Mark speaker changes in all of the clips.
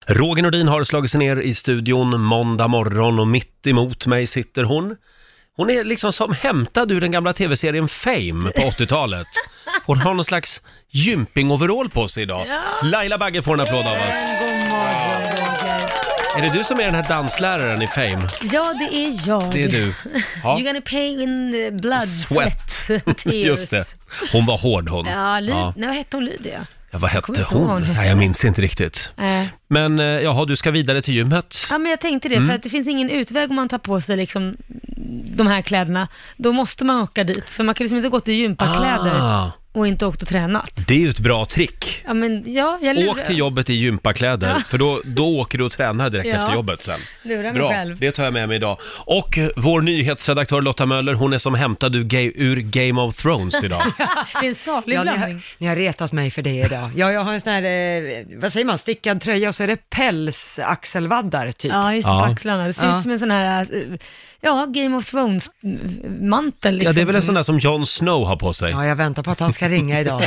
Speaker 1: Roger Nordin har slagit sig ner i studion måndag morgon och mitt emot mig sitter hon. Hon är liksom som hämtad ur den gamla tv-serien Fame på 80-talet. Hon har någon slags gymping-overall på sig idag.
Speaker 2: Ja.
Speaker 1: Laila Bagge får en applåd av oss.
Speaker 2: God morgon, Roger.
Speaker 1: Är det du som är den här dansläraren i Fame?
Speaker 2: Ja, det är jag.
Speaker 1: Det är du. Ja.
Speaker 2: You're gonna pay in blood, sweat, tears.
Speaker 1: Just det. Hon var hård hon.
Speaker 2: Ja, nej, vad hette hon, Lydia?
Speaker 1: Ja, vad hette
Speaker 2: Kommer inte ihåg vad
Speaker 1: hon?
Speaker 2: hon hette.
Speaker 1: Nej, jag minns inte riktigt.
Speaker 2: Äh.
Speaker 1: Men jaha, du ska vidare till gymmet.
Speaker 2: Ja, men jag tänkte det, för att det finns ingen utväg om man tar på sig liksom de här kläderna. Då måste man åka dit, för man kan liksom inte gå till gympakläder och inte åkt och tränat.
Speaker 1: Det är ju ett bra trick.
Speaker 2: Ja, men jag lurar.
Speaker 1: Åk till jobbet i gympakläder, för då åker du och tränar direkt efter jobbet sen.
Speaker 2: Lurar mig
Speaker 1: Bra,
Speaker 2: själv.
Speaker 1: det tar jag med mig idag. Och vår nyhetsredaktör Lotta Möller, hon är som hämtad ur Game of Thrones idag.
Speaker 2: Det är en salig blandning.
Speaker 3: Ni har retat mig för det idag. Jag har en sån här, vad säger man, stickad tröja och så är det pälsaxelvaddar typ.
Speaker 2: Ja, just det, på axlarna. Det ser ut som en sån här, Game of Thrones-mantel. Liksom.
Speaker 1: Ja, det är väl en sån där som Jon Snow har på sig.
Speaker 3: Ja, jag väntar på att han ska ringa idag.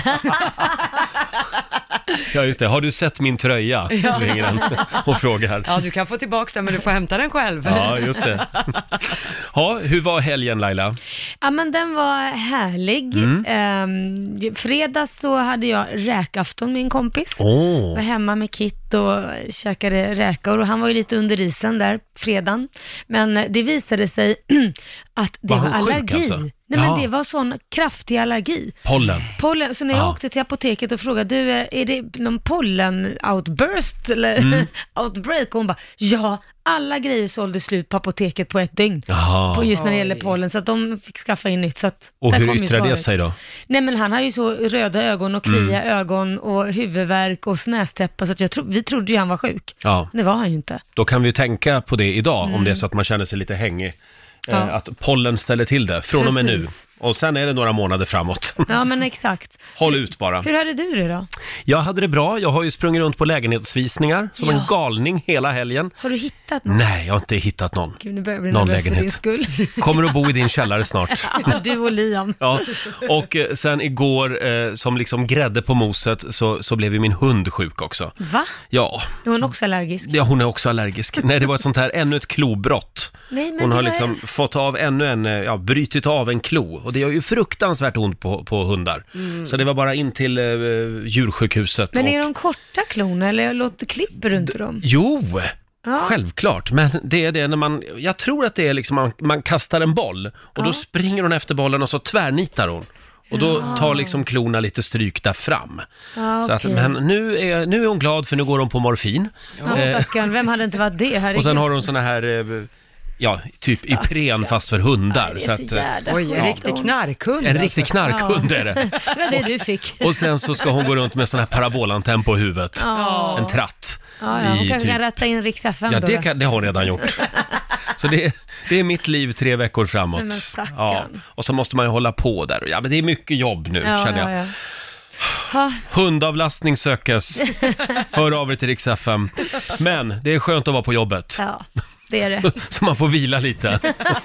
Speaker 1: Ja, just det. Har du sett min tröja? Ringer han och frågar.
Speaker 3: Ja, du kan få tillbaka den, men du får hämta den själv.
Speaker 1: Ja, just det. Ja, hur var helgen, Laila?
Speaker 2: Ja, men den var härlig. Fredags så hade jag räkafton med en kompis. Var hemma med Kit och käkade räkor och han var ju lite under isen där fredagen. Men det visade sig att det var allergi.
Speaker 1: Alltså?
Speaker 2: Nej, men det var sån kraftig allergi. Pollen. Så när jag åkte till apoteket och frågade, du, är det någon pollen-outburst eller outbreak? Och hon bara, ja, alla grejer sålde slut på apoteket på ett dygn. På just när det gäller pollen, så att de fick skaffa in nytt. Så att
Speaker 1: och hur yttrar det sig då?
Speaker 2: Nej, men han har ju så röda ögon och klia ögon och huvudvärk och snästäppa, så att vi trodde ju han var sjuk. Ja. Det var han ju inte.
Speaker 1: Då kan vi ju tänka på det idag, om det är så att man känner sig lite hängig. Att pollen ställer till det från och med nu. Och sen är det några månader framåt.
Speaker 2: Ja, men exakt.
Speaker 1: Håll ut bara.
Speaker 2: Hur hade du det då?
Speaker 1: Jag hade det bra. Jag har ju sprungit runt på lägenhetsvisningar som en galning hela helgen.
Speaker 2: Har du hittat någon?
Speaker 1: Nej, jag har inte hittat någon.
Speaker 2: Gud, nu börjar jag bli
Speaker 1: någon
Speaker 2: nervös
Speaker 1: lägenhet.
Speaker 2: för din skull.
Speaker 1: Kommer att bo i din källare snart.
Speaker 2: Du och Liam.
Speaker 1: Ja, och sen igår som liksom grädde på moset så blev ju min hund sjuk också.
Speaker 2: Va?
Speaker 1: Ja.
Speaker 2: Är hon också allergisk?
Speaker 1: Ja, hon är också allergisk. Nej, det var ett sånt här, ännu ett klobrott.
Speaker 2: Nej, men
Speaker 1: hon har liksom fått av brytit av en klo. Och det gör ju fruktansvärt ont på hundar. Så det var bara in till djursjukhuset.
Speaker 2: Men är de korta klorna eller klipper du inte dem?
Speaker 1: Jo, självklart. Men det är det när jag tror att det är liksom man kastar en boll och då springer hon efter bollen och så tvärnitar hon. Och då tar liksom klorna lite stryk där fram. Så att, men nu är hon glad, för nu går hon på morfin.
Speaker 2: Ja, stackarn. Vem hade inte varit det? Herregud.
Speaker 1: Och sen har hon såna här typ Ipren fast för hundar.
Speaker 2: Nej, det är så
Speaker 3: oj, en riktig knarkhund.
Speaker 1: En riktig knarkhund är det.
Speaker 2: Det var det du fick.
Speaker 1: Och sen så ska hon gå runt med sån här parabolantenn på huvudet. En tratt.
Speaker 2: Hon kanske kan rätta in Rix FM
Speaker 1: då.
Speaker 2: Ja,
Speaker 1: det har hon redan gjort. Så det är mitt liv 3 veckor framåt.
Speaker 2: Men
Speaker 1: Och så måste man ju hålla på där. Ja, men det är mycket jobb nu, känner jag. Hundavlastning sökes. Hör av er till Rix FM. Men det är skönt att vara på jobbet.
Speaker 2: Ja, det är det.
Speaker 1: Så man får vila lite.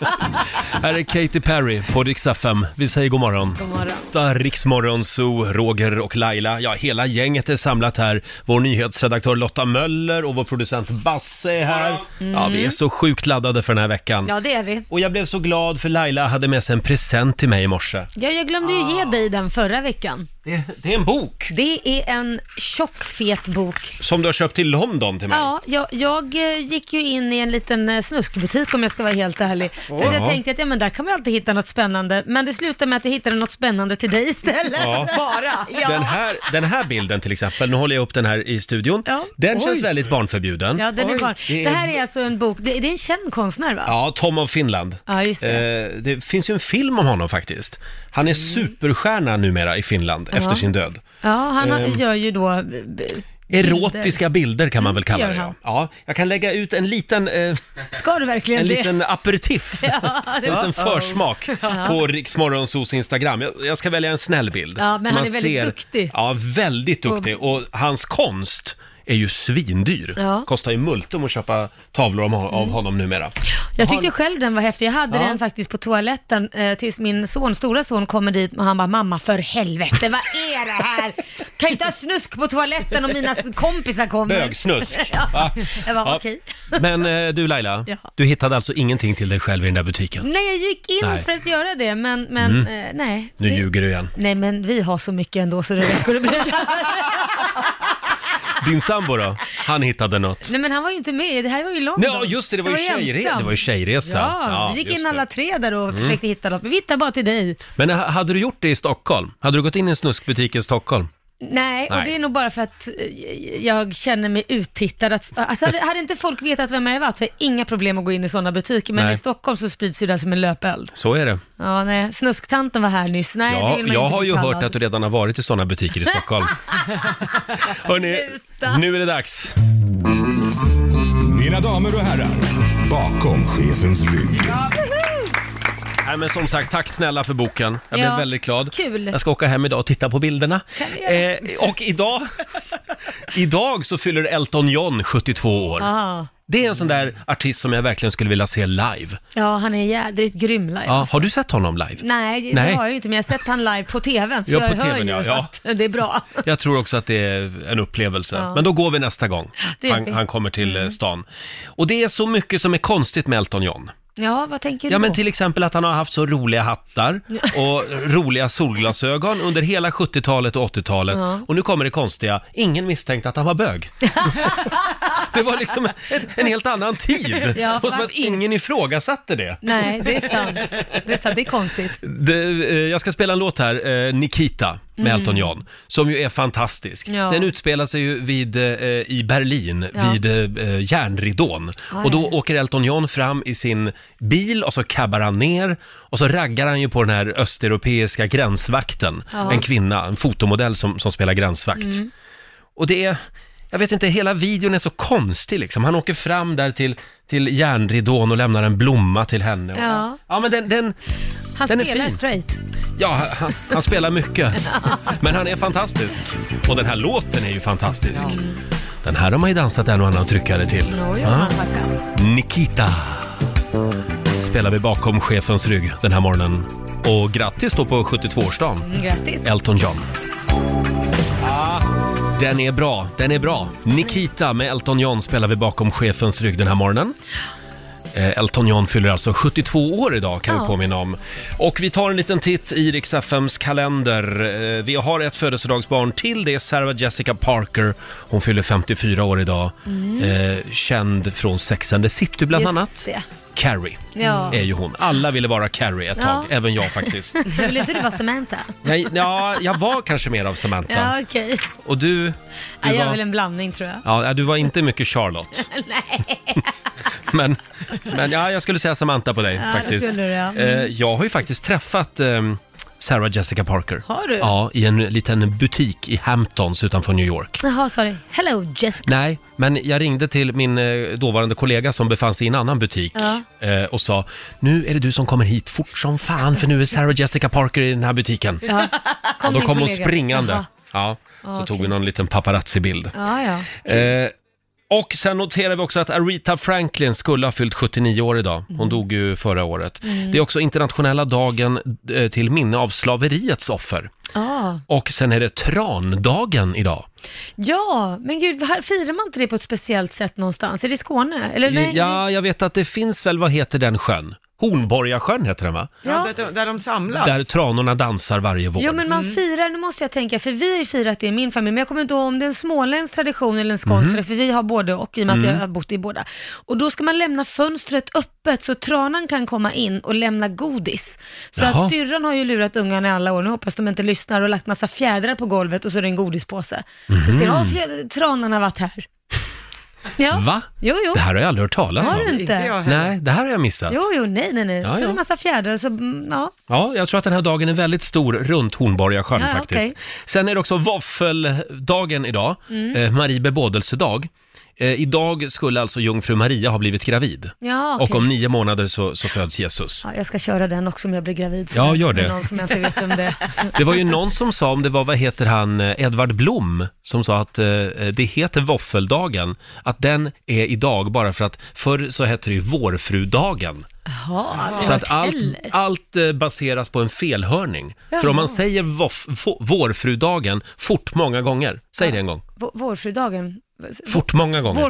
Speaker 1: Här är Katy Perry på Rix FM. Vi säger god morgon.
Speaker 2: God morgon.
Speaker 1: Där Rix Morgon, så Roger och Laila. Ja, hela gänget är samlat här. Vår nyhetsredaktör Lotta Möller och vår producent Basse är här. Ja, vi är så sjukt laddade för den här veckan.
Speaker 2: Ja, det är vi.
Speaker 1: Och jag blev så glad för Laila hade med sig en present till mig i morse.
Speaker 2: Ja, jag glömde ju ge dig den förra veckan.
Speaker 1: Det är en bok.
Speaker 2: Det är en tjockfet bok.
Speaker 1: Som du har köpt till London till mig.
Speaker 2: Ja, jag gick ju in i en liten snuskbutik, om jag ska vara helt ärlig. För att jag tänkte att men där kan man alltid hitta något spännande. Men det slutade med att jag hittade något spännande till dig istället.
Speaker 1: Ja.
Speaker 3: Bara.
Speaker 2: Ja.
Speaker 1: Den här bilden till exempel, nu håller jag upp den här i studion.
Speaker 2: Ja.
Speaker 1: Den känns väldigt barnförbjuden.
Speaker 2: Ja, den är barn. Det här är alltså en bok, det är en känd konstnär, va?
Speaker 1: Ja, Tom of Finland.
Speaker 2: Ja, just det.
Speaker 1: Det finns ju en film om honom faktiskt. Han är superstjärna numera i Finland efter sin död.
Speaker 2: Ja, han gör ju då
Speaker 1: erotiska bilder kan man väl kalla det. Ja, jag kan lägga ut en liten
Speaker 2: ska du verkligen
Speaker 1: liten aperitif. En liten försmak på Rix Morgonzos Instagram. Jag ska välja en snäll bild.
Speaker 2: Ja, men han är väldigt duktig.
Speaker 1: Ja, väldigt duktig. Och hans konst är ju svindyr. Kostar ju multum att köpa tavlor av honom numera.
Speaker 2: Jag tyckte själv den var häftig. Jag hade den faktiskt på toaletten tills min stora son kommer dit och han bara, mamma för helvete, vad är det här? Kan ju inte ha snusk på toaletten om mina kompisar kommer.
Speaker 1: Bögsnusk.
Speaker 2: Jag var okej.
Speaker 1: Men du Laila, du hittade alltså ingenting till dig själv i den där butiken?
Speaker 2: Nej, jag gick in för att göra det, men nej.
Speaker 1: Nu ljuger du igen.
Speaker 2: Nej, men vi har så mycket ändå så det räcker att bli.
Speaker 1: Din sambo då? Han hittade något.
Speaker 2: Nej, men han var ju inte med. Det här var ju London.
Speaker 1: Ja, just det. Det var ju tjejresa.
Speaker 2: Ja, vi gick in alla tre där och försökte hitta något. Vi hittade bara till dig.
Speaker 1: Men hade du gjort det i Stockholm? Hade du gått in i en snuskbutik i Stockholm?
Speaker 2: Nej, och det är nog bara för att jag känner mig uttittad. Alltså hade inte folk vetat vem jag var så är det inga problem att gå in i sådana butiker. Men i Stockholm så sprids ju det som en löpeld.
Speaker 1: Så är det.
Speaker 2: Ja, nej. Snusktanten var här nyss. Nej, det vill man
Speaker 1: jag
Speaker 2: inte
Speaker 1: har ju
Speaker 2: kallad.
Speaker 1: hört att du redan har varit i sådana butiker i Stockholm. Hörrni, nu är det dags.
Speaker 4: Mina damer och herrar, bakom chefens rygg.
Speaker 1: Nej, men som sagt, tack snälla för boken. Jag blev väldigt glad.
Speaker 2: Kul.
Speaker 1: Jag ska åka hem idag och titta på bilderna. Och idag så fyller Elton John 72 år. Det är en sån där artist som jag verkligen skulle vilja se live.
Speaker 2: Ja, han är jädrigt grym live.
Speaker 1: Ja, har du sett honom live?
Speaker 2: Nej, det har jag ju inte, men jag har sett han live på tvn. Så jag hör ju att det är bra.
Speaker 1: Jag tror också att det är en upplevelse. Ja. Men då går vi nästa gång han kommer till stan. Och det är så mycket som är konstigt med Elton John.
Speaker 2: Ja, vad tänker du
Speaker 1: Ja, men
Speaker 2: då?
Speaker 1: till exempel att han har haft så roliga hattar och roliga solglasögon under hela 70-talet och 80-talet. Ja. Och nu kommer det konstiga. Ingen misstänkte att han var bög. Det var liksom en helt annan tid. Ja, och som att ingen ifrågasatte det.
Speaker 2: Nej, det är sant. Det är konstigt.
Speaker 1: Jag ska spela en låt här, Nikita med Elton John, som ju är fantastisk. Ja. Den utspelar sig ju i Berlin, vid järnridån. Och då åker Elton John fram i sin bil och så kabbar han ner och så raggar han ju på den här östeuropeiska gränsvakten. En kvinna, en fotomodell som spelar gränsvakt. Och det är, jag vet inte, hela videon är så konstig liksom. Han åker fram där till järnridån och lämnar en blomma till henne. Ja, men den
Speaker 2: han
Speaker 1: den
Speaker 2: spelar
Speaker 1: är fin.
Speaker 2: Straight.
Speaker 1: Ja, han spelar mycket. Men han är fantastisk. Och den här låten är ju fantastisk. Den här har man ju dansat en och annan tryckare till. Nikita spelar vi bakom chefens rygg den här morgonen. Och grattis då på 72-årsdagen.
Speaker 2: Grattis.
Speaker 1: Elton John. Den är bra. Nikita med Elton John spelar vi bakom chefens rygg den här morgonen. Elton John fyller alltså 72 år idag, kan vi påminna om. Och vi tar en liten titt i Rix FMs kalender. Vi har ett födelsedagsbarn till, det är Sarah Jessica Parker. Hon fyller 54 år idag. Känd från Sex and the City bland annat. Det. Carrie är ju hon. Alla ville vara Carrie ett tag, även jag faktiskt.
Speaker 2: Vill inte du vara Samantha?
Speaker 1: Jag var kanske mer av Samantha.
Speaker 2: Ja, okej.
Speaker 1: Och du
Speaker 2: jag är väl en blandning, tror jag.
Speaker 1: Ja, du var inte mycket Charlotte.
Speaker 2: Nej.
Speaker 1: Men jag skulle säga Samantha på dig faktiskt.
Speaker 2: Det skulle du,
Speaker 1: jag har ju faktiskt träffat Sarah Jessica Parker.
Speaker 2: Har du?
Speaker 1: Ja, i en liten butik i Hamptons utanför New York.
Speaker 2: Jaha, sorry. Hello Jessica.
Speaker 1: Nej, men jag ringde till min dåvarande kollega som befann sig i en annan butik och sa, nu är det du som kommer hit fort som fan, för nu är Sarah Jessica Parker i den här butiken. Och då kom hon springande. Ja, så tog vi någon liten paparazzi-bild. Och sen noterar vi också att Aretha Franklin skulle ha fyllt 79 år idag. Hon dog ju förra året. Det är också internationella dagen till minne av slaveriets offer. Och sen är det trandagen idag.
Speaker 2: Ja, men gud, firar man inte det på ett speciellt sätt någonstans? Är det i Skåne? Eller nej?
Speaker 1: Ja, jag vet att det finns väl, vad heter den sjön? Hornborgasjön heter den, va?
Speaker 3: Ja, där de samlas.
Speaker 1: Där tranorna dansar varje vår.
Speaker 2: Jo, men man firar, nu måste jag tänka, för vi har ju firat det i min familj, men jag kommer inte ihåg om det är en småländsk tradition eller en skånsk, för vi har både och, i och med att jag har bott i båda. Och då ska man lämna fönstret öppet så tranan kan komma in och lämna godis. Så att syrran har ju lurat ungarna i alla år, nu hoppas de inte lyssnar, och lagt massa fjädrar på golvet och så är det en godispåse. Så ser de, tranan har varit här. Ja.
Speaker 1: Va?
Speaker 2: Jo.
Speaker 1: Det här har jag aldrig hört talas om.
Speaker 2: Har du inte?
Speaker 1: Nej, det här har jag missat.
Speaker 2: Jo, nej. Så en massa fjädrar, så
Speaker 1: Ja, jag tror att den här dagen är väldigt stor runt Hornborgasjön faktiskt. Okay. Sen är det också våffeldagen idag, Marie bebådelsedag. Idag skulle alltså jungfru Maria ha blivit gravid.
Speaker 2: Ja, okay.
Speaker 1: Och om 9 månader så föds Jesus.
Speaker 2: Ja, jag ska köra den också om jag blir gravid.
Speaker 1: Ja, gör det.
Speaker 2: Någon som jag inte vet om det.
Speaker 1: Det var ju någon som sa, om det var, vad heter han, Edvard Blom, som sa att det heter våffeldagen. Att den är idag bara för att förr så hette det ju vårfrudagen.
Speaker 2: Jaha,
Speaker 1: så att allt baseras på en felhörning. Jaha. För om man säger vårfrudagen fort många gånger, säg det en gång.
Speaker 2: Vårfrudagen.
Speaker 1: Fort många gånger.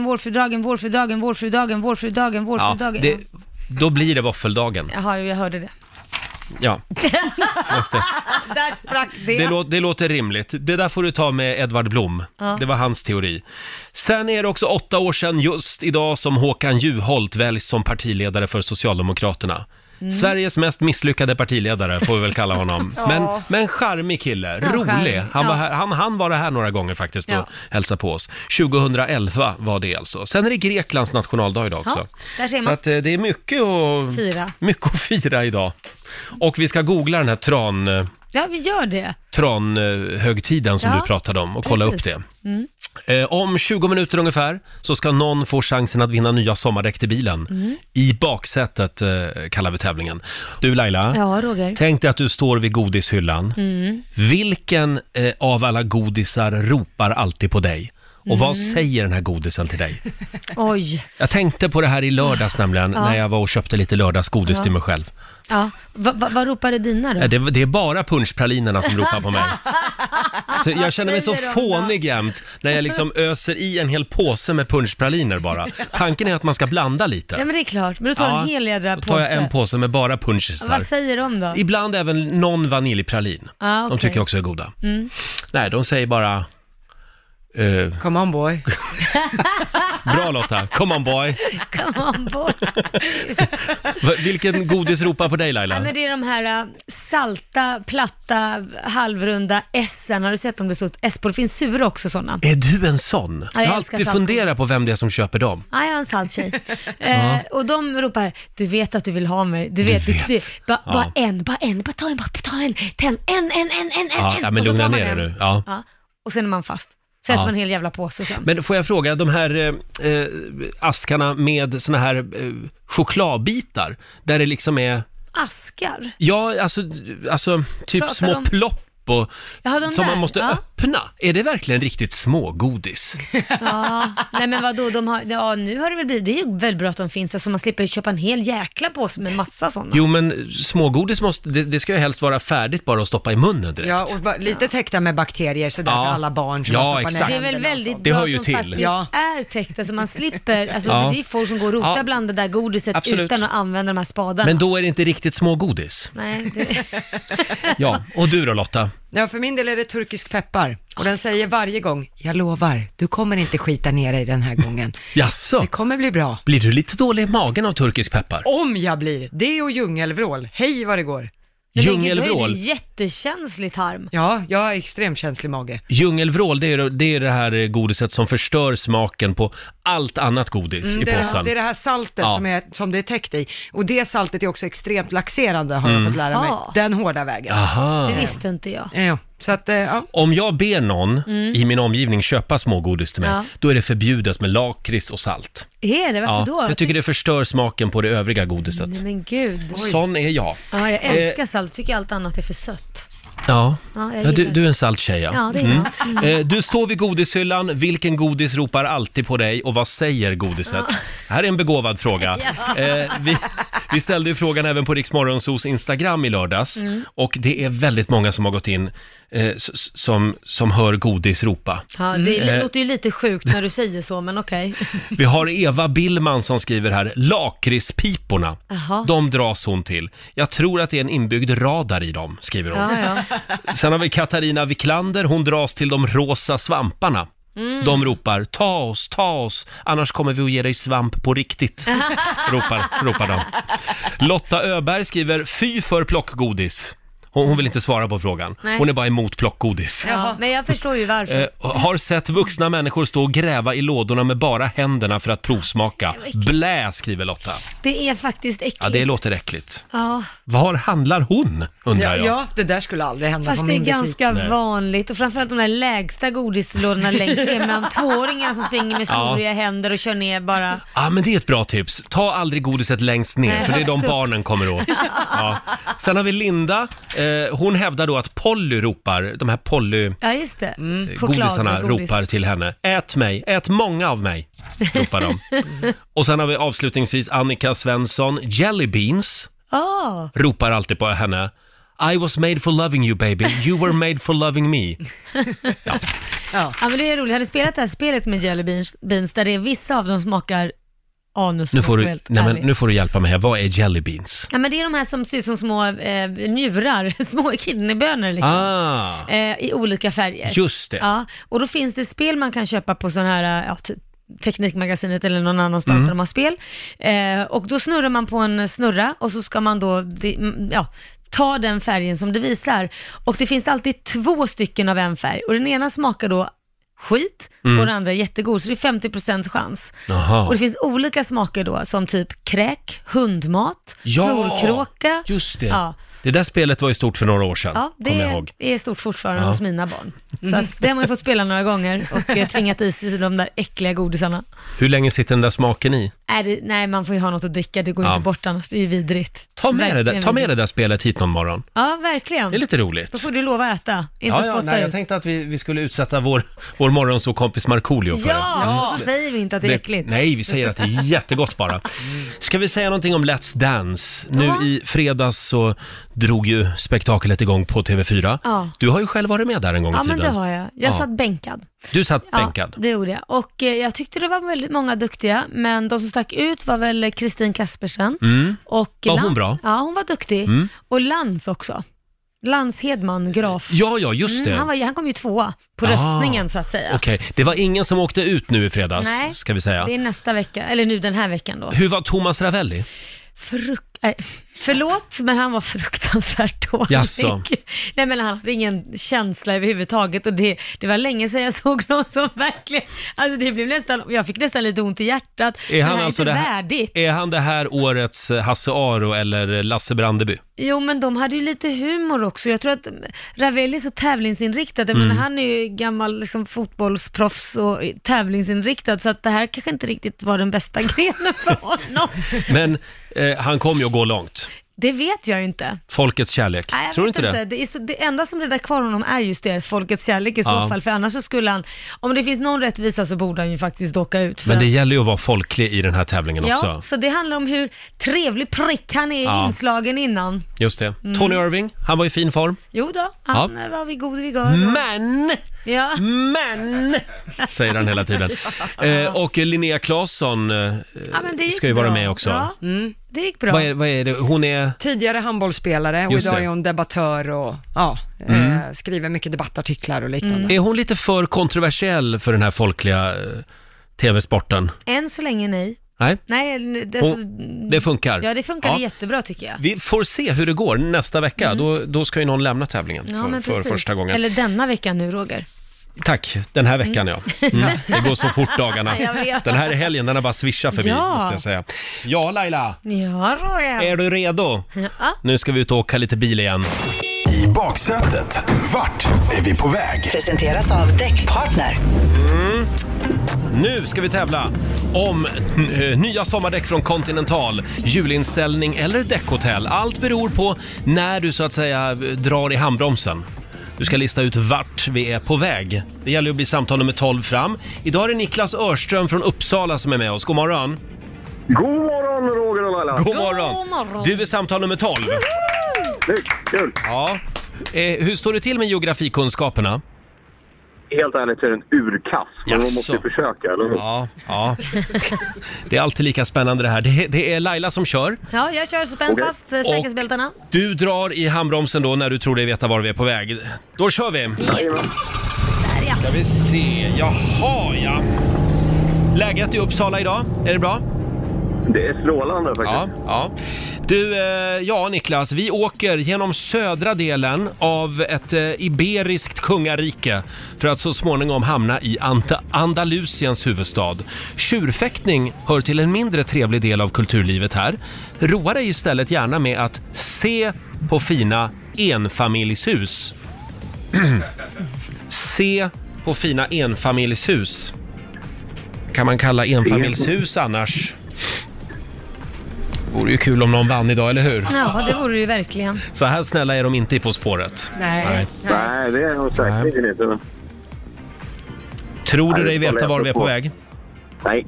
Speaker 2: Vårfrudagen.
Speaker 1: Ja, då blir det våffeldagen.
Speaker 2: Jaha, jag hörde det.
Speaker 1: Ja, just det.
Speaker 2: Där sprack det.
Speaker 1: Det låter rimligt. Det där får du ta med Edvard Blom. Ja. Det var hans teori. Sen är det också 8 år sedan just idag som Håkan Juholt väljs som partiledare för Socialdemokraterna. Sveriges mest misslyckade partiledare får vi väl kalla honom. Ja. Men charmig kille, rolig. Han var här några gånger faktiskt och hälsade på oss. 2011 var det alltså. Sen är det Greklands nationaldag idag också.
Speaker 2: Där ser man.
Speaker 1: Så att det är mycket att fira idag. Och vi ska googla den här
Speaker 2: Ja, vi gör det.
Speaker 1: Tranhögtiden som du pratade om och kolla upp det. Om 20 minuter ungefär så ska någon få chansen att vinna nya sommardäck till bilen. I baksätet kallar vi tävlingen. Du Laila,
Speaker 2: Roger.
Speaker 1: Tänk dig att du står vid godishyllan. Vilken av alla godisar ropar alltid på dig? Och vad säger den här godisen till dig?
Speaker 2: Oj.
Speaker 1: Jag tänkte på det här i lördags nämligen, när jag var och köpte lite lördagsgodis till mig själv.
Speaker 2: Ja, vad ropade dina då?
Speaker 1: Det är bara punschpralinerna som ropar på mig. Så jag känner mig så fånig jämt när jag liksom öser i en hel påse med punschpraliner bara. Tanken är att man ska blanda lite.
Speaker 2: Ja, men det är klart. Men då tar en hel jädra påse.
Speaker 1: Då tar jag en påse med bara punchisar.
Speaker 2: Vad säger de då?
Speaker 1: Ibland även någon vaniljpralin.
Speaker 2: Okay.
Speaker 1: De tycker jag också är goda. Nej, de säger bara...
Speaker 3: Come on boy.
Speaker 1: Bra Lotta, come on boy.
Speaker 2: Come on boy.
Speaker 1: Vilken godis ropar på dig Laila?
Speaker 2: Ja, men det är de här salta, platta, halvrunda S-en. Har du sett om det står S på? Det finns sura också sådana.
Speaker 1: Är du en sån?
Speaker 2: Ja,
Speaker 1: jag har alltid funderat på vem det är som köper dem.
Speaker 2: Ja, jag är en salt tjej. Och de ropar, du vet att du vill ha mig. Du vet. Bara ta en.
Speaker 1: Ja, men lugna ner dig nu. Ja.
Speaker 2: Och sen är man fast. Så äter man en hel jävla påse sen.
Speaker 1: Men får jag fråga, de här askarna med såna här chokladbitar, där det liksom är...
Speaker 2: Askar?
Speaker 1: Ja, alltså typ
Speaker 2: pratar
Speaker 1: små plopp och, som man måste öppna. Är det verkligen riktigt smågodis?
Speaker 2: Ja, nej men vadå, nu har det väl blivit, det är ju väldigt bra att de finns, så man slipper köpa en hel jäkla påse med massa sådana.
Speaker 1: Jo, men smågodis det ska ju helst vara färdigt bara att stoppa i munnen direkt.
Speaker 3: Ja, och lite täckta med bakterier, så därför alla barn som stoppar
Speaker 1: exakt.
Speaker 2: Det är väl väldigt
Speaker 1: det
Speaker 2: bra
Speaker 1: hör ju
Speaker 2: att de
Speaker 1: till.
Speaker 2: faktiskt är täckta, så man slipper, alltså det är folk som går och rotar bland det där godiset utan att använda de här spadarna.
Speaker 1: Men då är det inte riktigt smågodis.
Speaker 2: Nej.
Speaker 1: Ja, och du då Lotta?
Speaker 3: Ja, för min del är det turkisk peppar. Och den säger varje gång, jag lovar, du kommer inte skita ner dig den här gången.
Speaker 1: Jaså?
Speaker 3: Det kommer bli bra.
Speaker 1: Blir du lite dålig i magen av turkisk peppar?
Speaker 3: Om jag blir, det och djungelvrål. Hej vad det går.
Speaker 1: Djungelvrål?
Speaker 2: Det är jättekänslig tarm.
Speaker 3: Ja, jag har extremt känslig mage.
Speaker 1: Djungelvrål, det är det här godiset som förstör smaken på allt annat godis i påsen.
Speaker 3: Det är det här saltet som det är täckt i. Och det saltet är också extremt laxerande, har jag fått lära mig. Den hårda vägen.
Speaker 2: Aha. Det visste inte jag.
Speaker 3: Ja. Så att,
Speaker 1: Om jag ber någon i min omgivning köpa smågodis till mig, då är det förbjudet med lakrits och salt.
Speaker 2: Är det? Varför då?
Speaker 1: Jag tycker det förstör smaken på det övriga godiset.
Speaker 2: Nej, men gud.
Speaker 1: Sån är jag.
Speaker 2: Ja, jag älskar salt. Tycker allt annat är för sött.
Speaker 1: Ja, du är en salt tjej.
Speaker 2: Ja, det är jag.
Speaker 1: Du står vid godishyllan. Vilken godis ropar alltid på dig och vad säger godiset? Här är en begåvad fråga. Vi ställde ju frågan även på Rix Morgonzos Instagram i lördags. Och det är väldigt många som har gått in som hör godis ropa.
Speaker 2: Ja, det låter ju lite sjukt när du säger så, men okej.
Speaker 1: Vi har Eva Billman som skriver här, lakritspiporna, de dras hon till. Jag tror att det är en inbyggd radar i dem, skriver hon. Sen har vi Katarina Wiklander, hon dras till de rosa svamparna. De ropar, ta oss, annars kommer vi att ge dig svamp på riktigt. ropar de. Lotta Öberg skriver, fy för plockgodis. Hon vill inte svara på frågan.
Speaker 2: Nej.
Speaker 1: Hon är bara emot plockgodis.
Speaker 2: Ja, men jag förstår ju varför.
Speaker 1: Har sett vuxna människor stå och gräva i lådorna med bara händerna för att provsmaka. Blä, skriver Lotta.
Speaker 2: Det är faktiskt äckligt.
Speaker 1: Ja, det låter äckligt.
Speaker 2: Ja.
Speaker 1: Var handlar hon, undrar jag?
Speaker 3: Ja, det där skulle aldrig hända
Speaker 2: Fast
Speaker 3: på
Speaker 2: det är
Speaker 3: min butik.
Speaker 2: ganska vanligt. Och framförallt de där lägsta godislådorna längst ner mellan 2-åringar som springer med snoriga händer och kör ner bara.
Speaker 1: Ja, men det är ett bra tips. Ta aldrig godiset längst ner, för det är de barnen kommer åt. Ja. Sen har vi Linda. Hon hävdar då att Polly ropar, de här Polly
Speaker 2: Ja, just det.
Speaker 1: godisarna
Speaker 2: Chokladgodis.
Speaker 1: ropar till henne. Ät mig, ät många av mig, ropar de. Och sen har vi avslutningsvis Annika Svensson. Jelly beans ropar alltid på henne. I was made for loving you baby, you were made for loving me.
Speaker 2: Ja, men det är roligt. Jag hade spelat det här spelet med Jelly beans där det är vissa av dem smakar anus.
Speaker 1: Nu får du hjälpa mig här. Vad är jelly beans?
Speaker 2: Ja, men det är de här som ser ut som små njurar, små kidneybönor liksom. I olika färger.
Speaker 1: Just det.
Speaker 2: Ja, och då finns det spel man kan köpa på sån här, typ Teknikmagasinet eller någon annanstans där de har spel. Och då snurrar man på en snurra och så ska man då ta den färgen som det visar. Och det finns alltid 2 stycken av en färg. Och den ena smakar då skit och den andra är jättegod, så det är 50% chans.
Speaker 1: Aha.
Speaker 2: Och det finns olika smaker då, som typ kräk, hundmat, snorkråka.
Speaker 1: Just det.
Speaker 2: Ja.
Speaker 1: Det där spelet var ju stort för några år sedan.
Speaker 2: Ja, det är stort fortfarande hos mina barn. Så att det har man ju fått spela några gånger och tvingat i sig de där äckliga godisarna.
Speaker 1: Hur länge sitter den där smaken i?
Speaker 2: Nej, man får ju ha något att dricka, det går inte bort annars, det är ju vidrigt.
Speaker 1: Ta med det där spelet hit någon morgon.
Speaker 2: Ja, verkligen.
Speaker 1: Det är lite roligt.
Speaker 2: Då får du lova att äta, inte spotta ut.
Speaker 1: Jag tänkte att vi skulle utsätta vår morgonsåkompis Markoolio för det.
Speaker 2: Så säger vi inte att det är äckligt.
Speaker 1: Nej, vi säger att det är jättegott bara. Ska vi säga någonting om Let's Dance? Nu i fredags så drog ju spektaklet igång på TV4. Ja. Du har ju själv varit med där en gång i tiden.
Speaker 2: Ja, men det har jag. Jag satt bänkad.
Speaker 1: Du satt bänkad?
Speaker 2: Ja, det gjorde jag. Och jag tyckte det var väldigt många duktiga, men de som stack ut var väl Kristin Kaspersen. Och
Speaker 1: var hon bra?
Speaker 2: Ja, hon var duktig. Och Lans också. Lans Hedman, Graf.
Speaker 1: Ja, just det.
Speaker 2: Han kom ju 2 på röstningen så att säga.
Speaker 1: Okej. Det var ingen som åkte ut nu i fredags, ska vi säga.
Speaker 2: Det är nästa vecka, eller nu den här veckan då.
Speaker 1: Hur var Thomas Ravelli?
Speaker 2: Förlåt, men han var fruktansvärt dålig.
Speaker 1: Jaså.
Speaker 2: Nej, men han hade ingen känsla överhuvudtaget och det var länge sedan jag såg någon som verkligen, alltså det blev jag fick nästan lite ont i hjärtat.
Speaker 1: Är han
Speaker 2: det
Speaker 1: alltså
Speaker 2: inte värdigt.
Speaker 1: Är han det här årets Hasse Aro eller Lasse Brandeby?
Speaker 2: Jo, men de hade ju lite humor också. Jag tror att Ravelli är så tävlingsinriktad. Men han är ju gammal liksom, fotbollsproffs och tävlingsinriktad, så att det här kanske inte riktigt var den bästa grenen för honom.
Speaker 1: Men han kommer ju att gå långt.
Speaker 2: Det vet jag ju inte.
Speaker 1: Folkets kärlek.
Speaker 2: Nej,
Speaker 1: tror du inte det?
Speaker 2: Det enda som räddar kvar honom är just det, folkets kärlek i så fall. För annars så skulle han, om det finns någon rättvisa så borde han ju faktiskt åka ut.
Speaker 1: Men det gäller ju att vara folklig i den här tävlingen också.
Speaker 2: Ja, så det handlar om hur trevlig prick han är i inslagen innan.
Speaker 1: Just det. Tony Irving, han var i fin form.
Speaker 2: Jo då, han var vid god vigör.
Speaker 1: Men, säger han hela tiden. Och Linnea Claesson ska ju vara med också.
Speaker 2: Ja. Det gick bra.
Speaker 1: Vad är det? Hon är
Speaker 3: tidigare handbollsspelare och idag är hon debattör och skriver mycket debattartiklar och liknande.
Speaker 1: Är hon lite för kontroversiell för den här folkliga tv-sporten?
Speaker 2: Än så länge nej.
Speaker 1: Nej, det funkar.
Speaker 2: Ja, det funkar jättebra tycker jag.
Speaker 1: Vi får se hur det går nästa vecka. Då ska ju någon lämna tävlingen för första gången.
Speaker 2: Eller denna veckan nu, Roger.
Speaker 1: Tack, den här veckan Det går så fort dagarna. Den här helgen, den har bara swishat förbi, måste jag säga. Ja, Laila.
Speaker 2: Ja, Roger.
Speaker 1: Är du redo? Ja. Nu ska vi ut och åka lite bil igen.
Speaker 4: I baksätet, vart är vi på väg?
Speaker 5: Presenteras av Däckpartner.
Speaker 1: Nu ska vi tävla om nya sommardäck från Continental, julinställning eller däckhotell. Allt beror på när du så att säga drar i handbromsen. Du ska lista ut vart vi är på väg. Det gäller att bli samtal nummer 12 fram. Idag är det Niklas Örström från Uppsala som är med oss. God morgon.
Speaker 6: God morgon, Roger och Laila.
Speaker 1: God morgon. Du är samtal nummer 12.
Speaker 6: Kul.
Speaker 1: Ja. Hur står det till med geografikunskaperna?
Speaker 6: Helt ärligt är det en urkass, men man måste försöka, eller hur?
Speaker 1: Ja. Det är alltid lika spännande det här. Det är Laila som kör.
Speaker 2: Ja, jag kör, så spänn fast säkerhetsbältarna.
Speaker 1: Du drar i handbromsen då när du tror dig veta var vi är på väg. Då kör vi!
Speaker 2: Yes. Där ja.
Speaker 1: Ska vi se, ja. Läget i Uppsala idag, är det bra?
Speaker 6: Det är strålande faktiskt.
Speaker 1: Ja. Du, ja Niklas, vi åker genom södra delen av ett iberiskt kungarike för att så småningom hamna i Andalusiens huvudstad. Tjurfäktning hör till en mindre trevlig del av kulturlivet här. Roa dig istället gärna med att se på fina enfamiljshus. Se på fina enfamiljshus. Kan man kalla enfamiljshus annars? Det vore ju kul om någon vann idag, eller hur?
Speaker 2: Ja, det vore ju verkligen.
Speaker 1: Så här snälla är de inte i På spåret.
Speaker 3: Nej,
Speaker 6: det är nog säkert inte.
Speaker 1: Tror du dig veta var vi är på väg?
Speaker 6: Nej.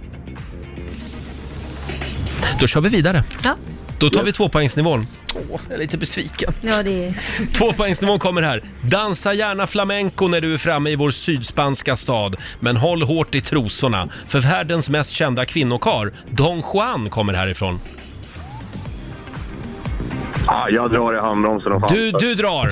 Speaker 1: Då kör vi vidare.
Speaker 2: Ja.
Speaker 1: Då tar vi 2-poängsnivån. Jag är lite besviken.
Speaker 2: Ja, det är...
Speaker 1: 2-poängsnivån kommer här. Dansa gärna flamenco när du är framme i vår sydspanska stad. Men håll hårt i trosorna. För världens mest kända kvinnokar, Don Juan, kommer härifrån.
Speaker 6: Ja, jag drar i handbromsen och fan.
Speaker 1: Du drar.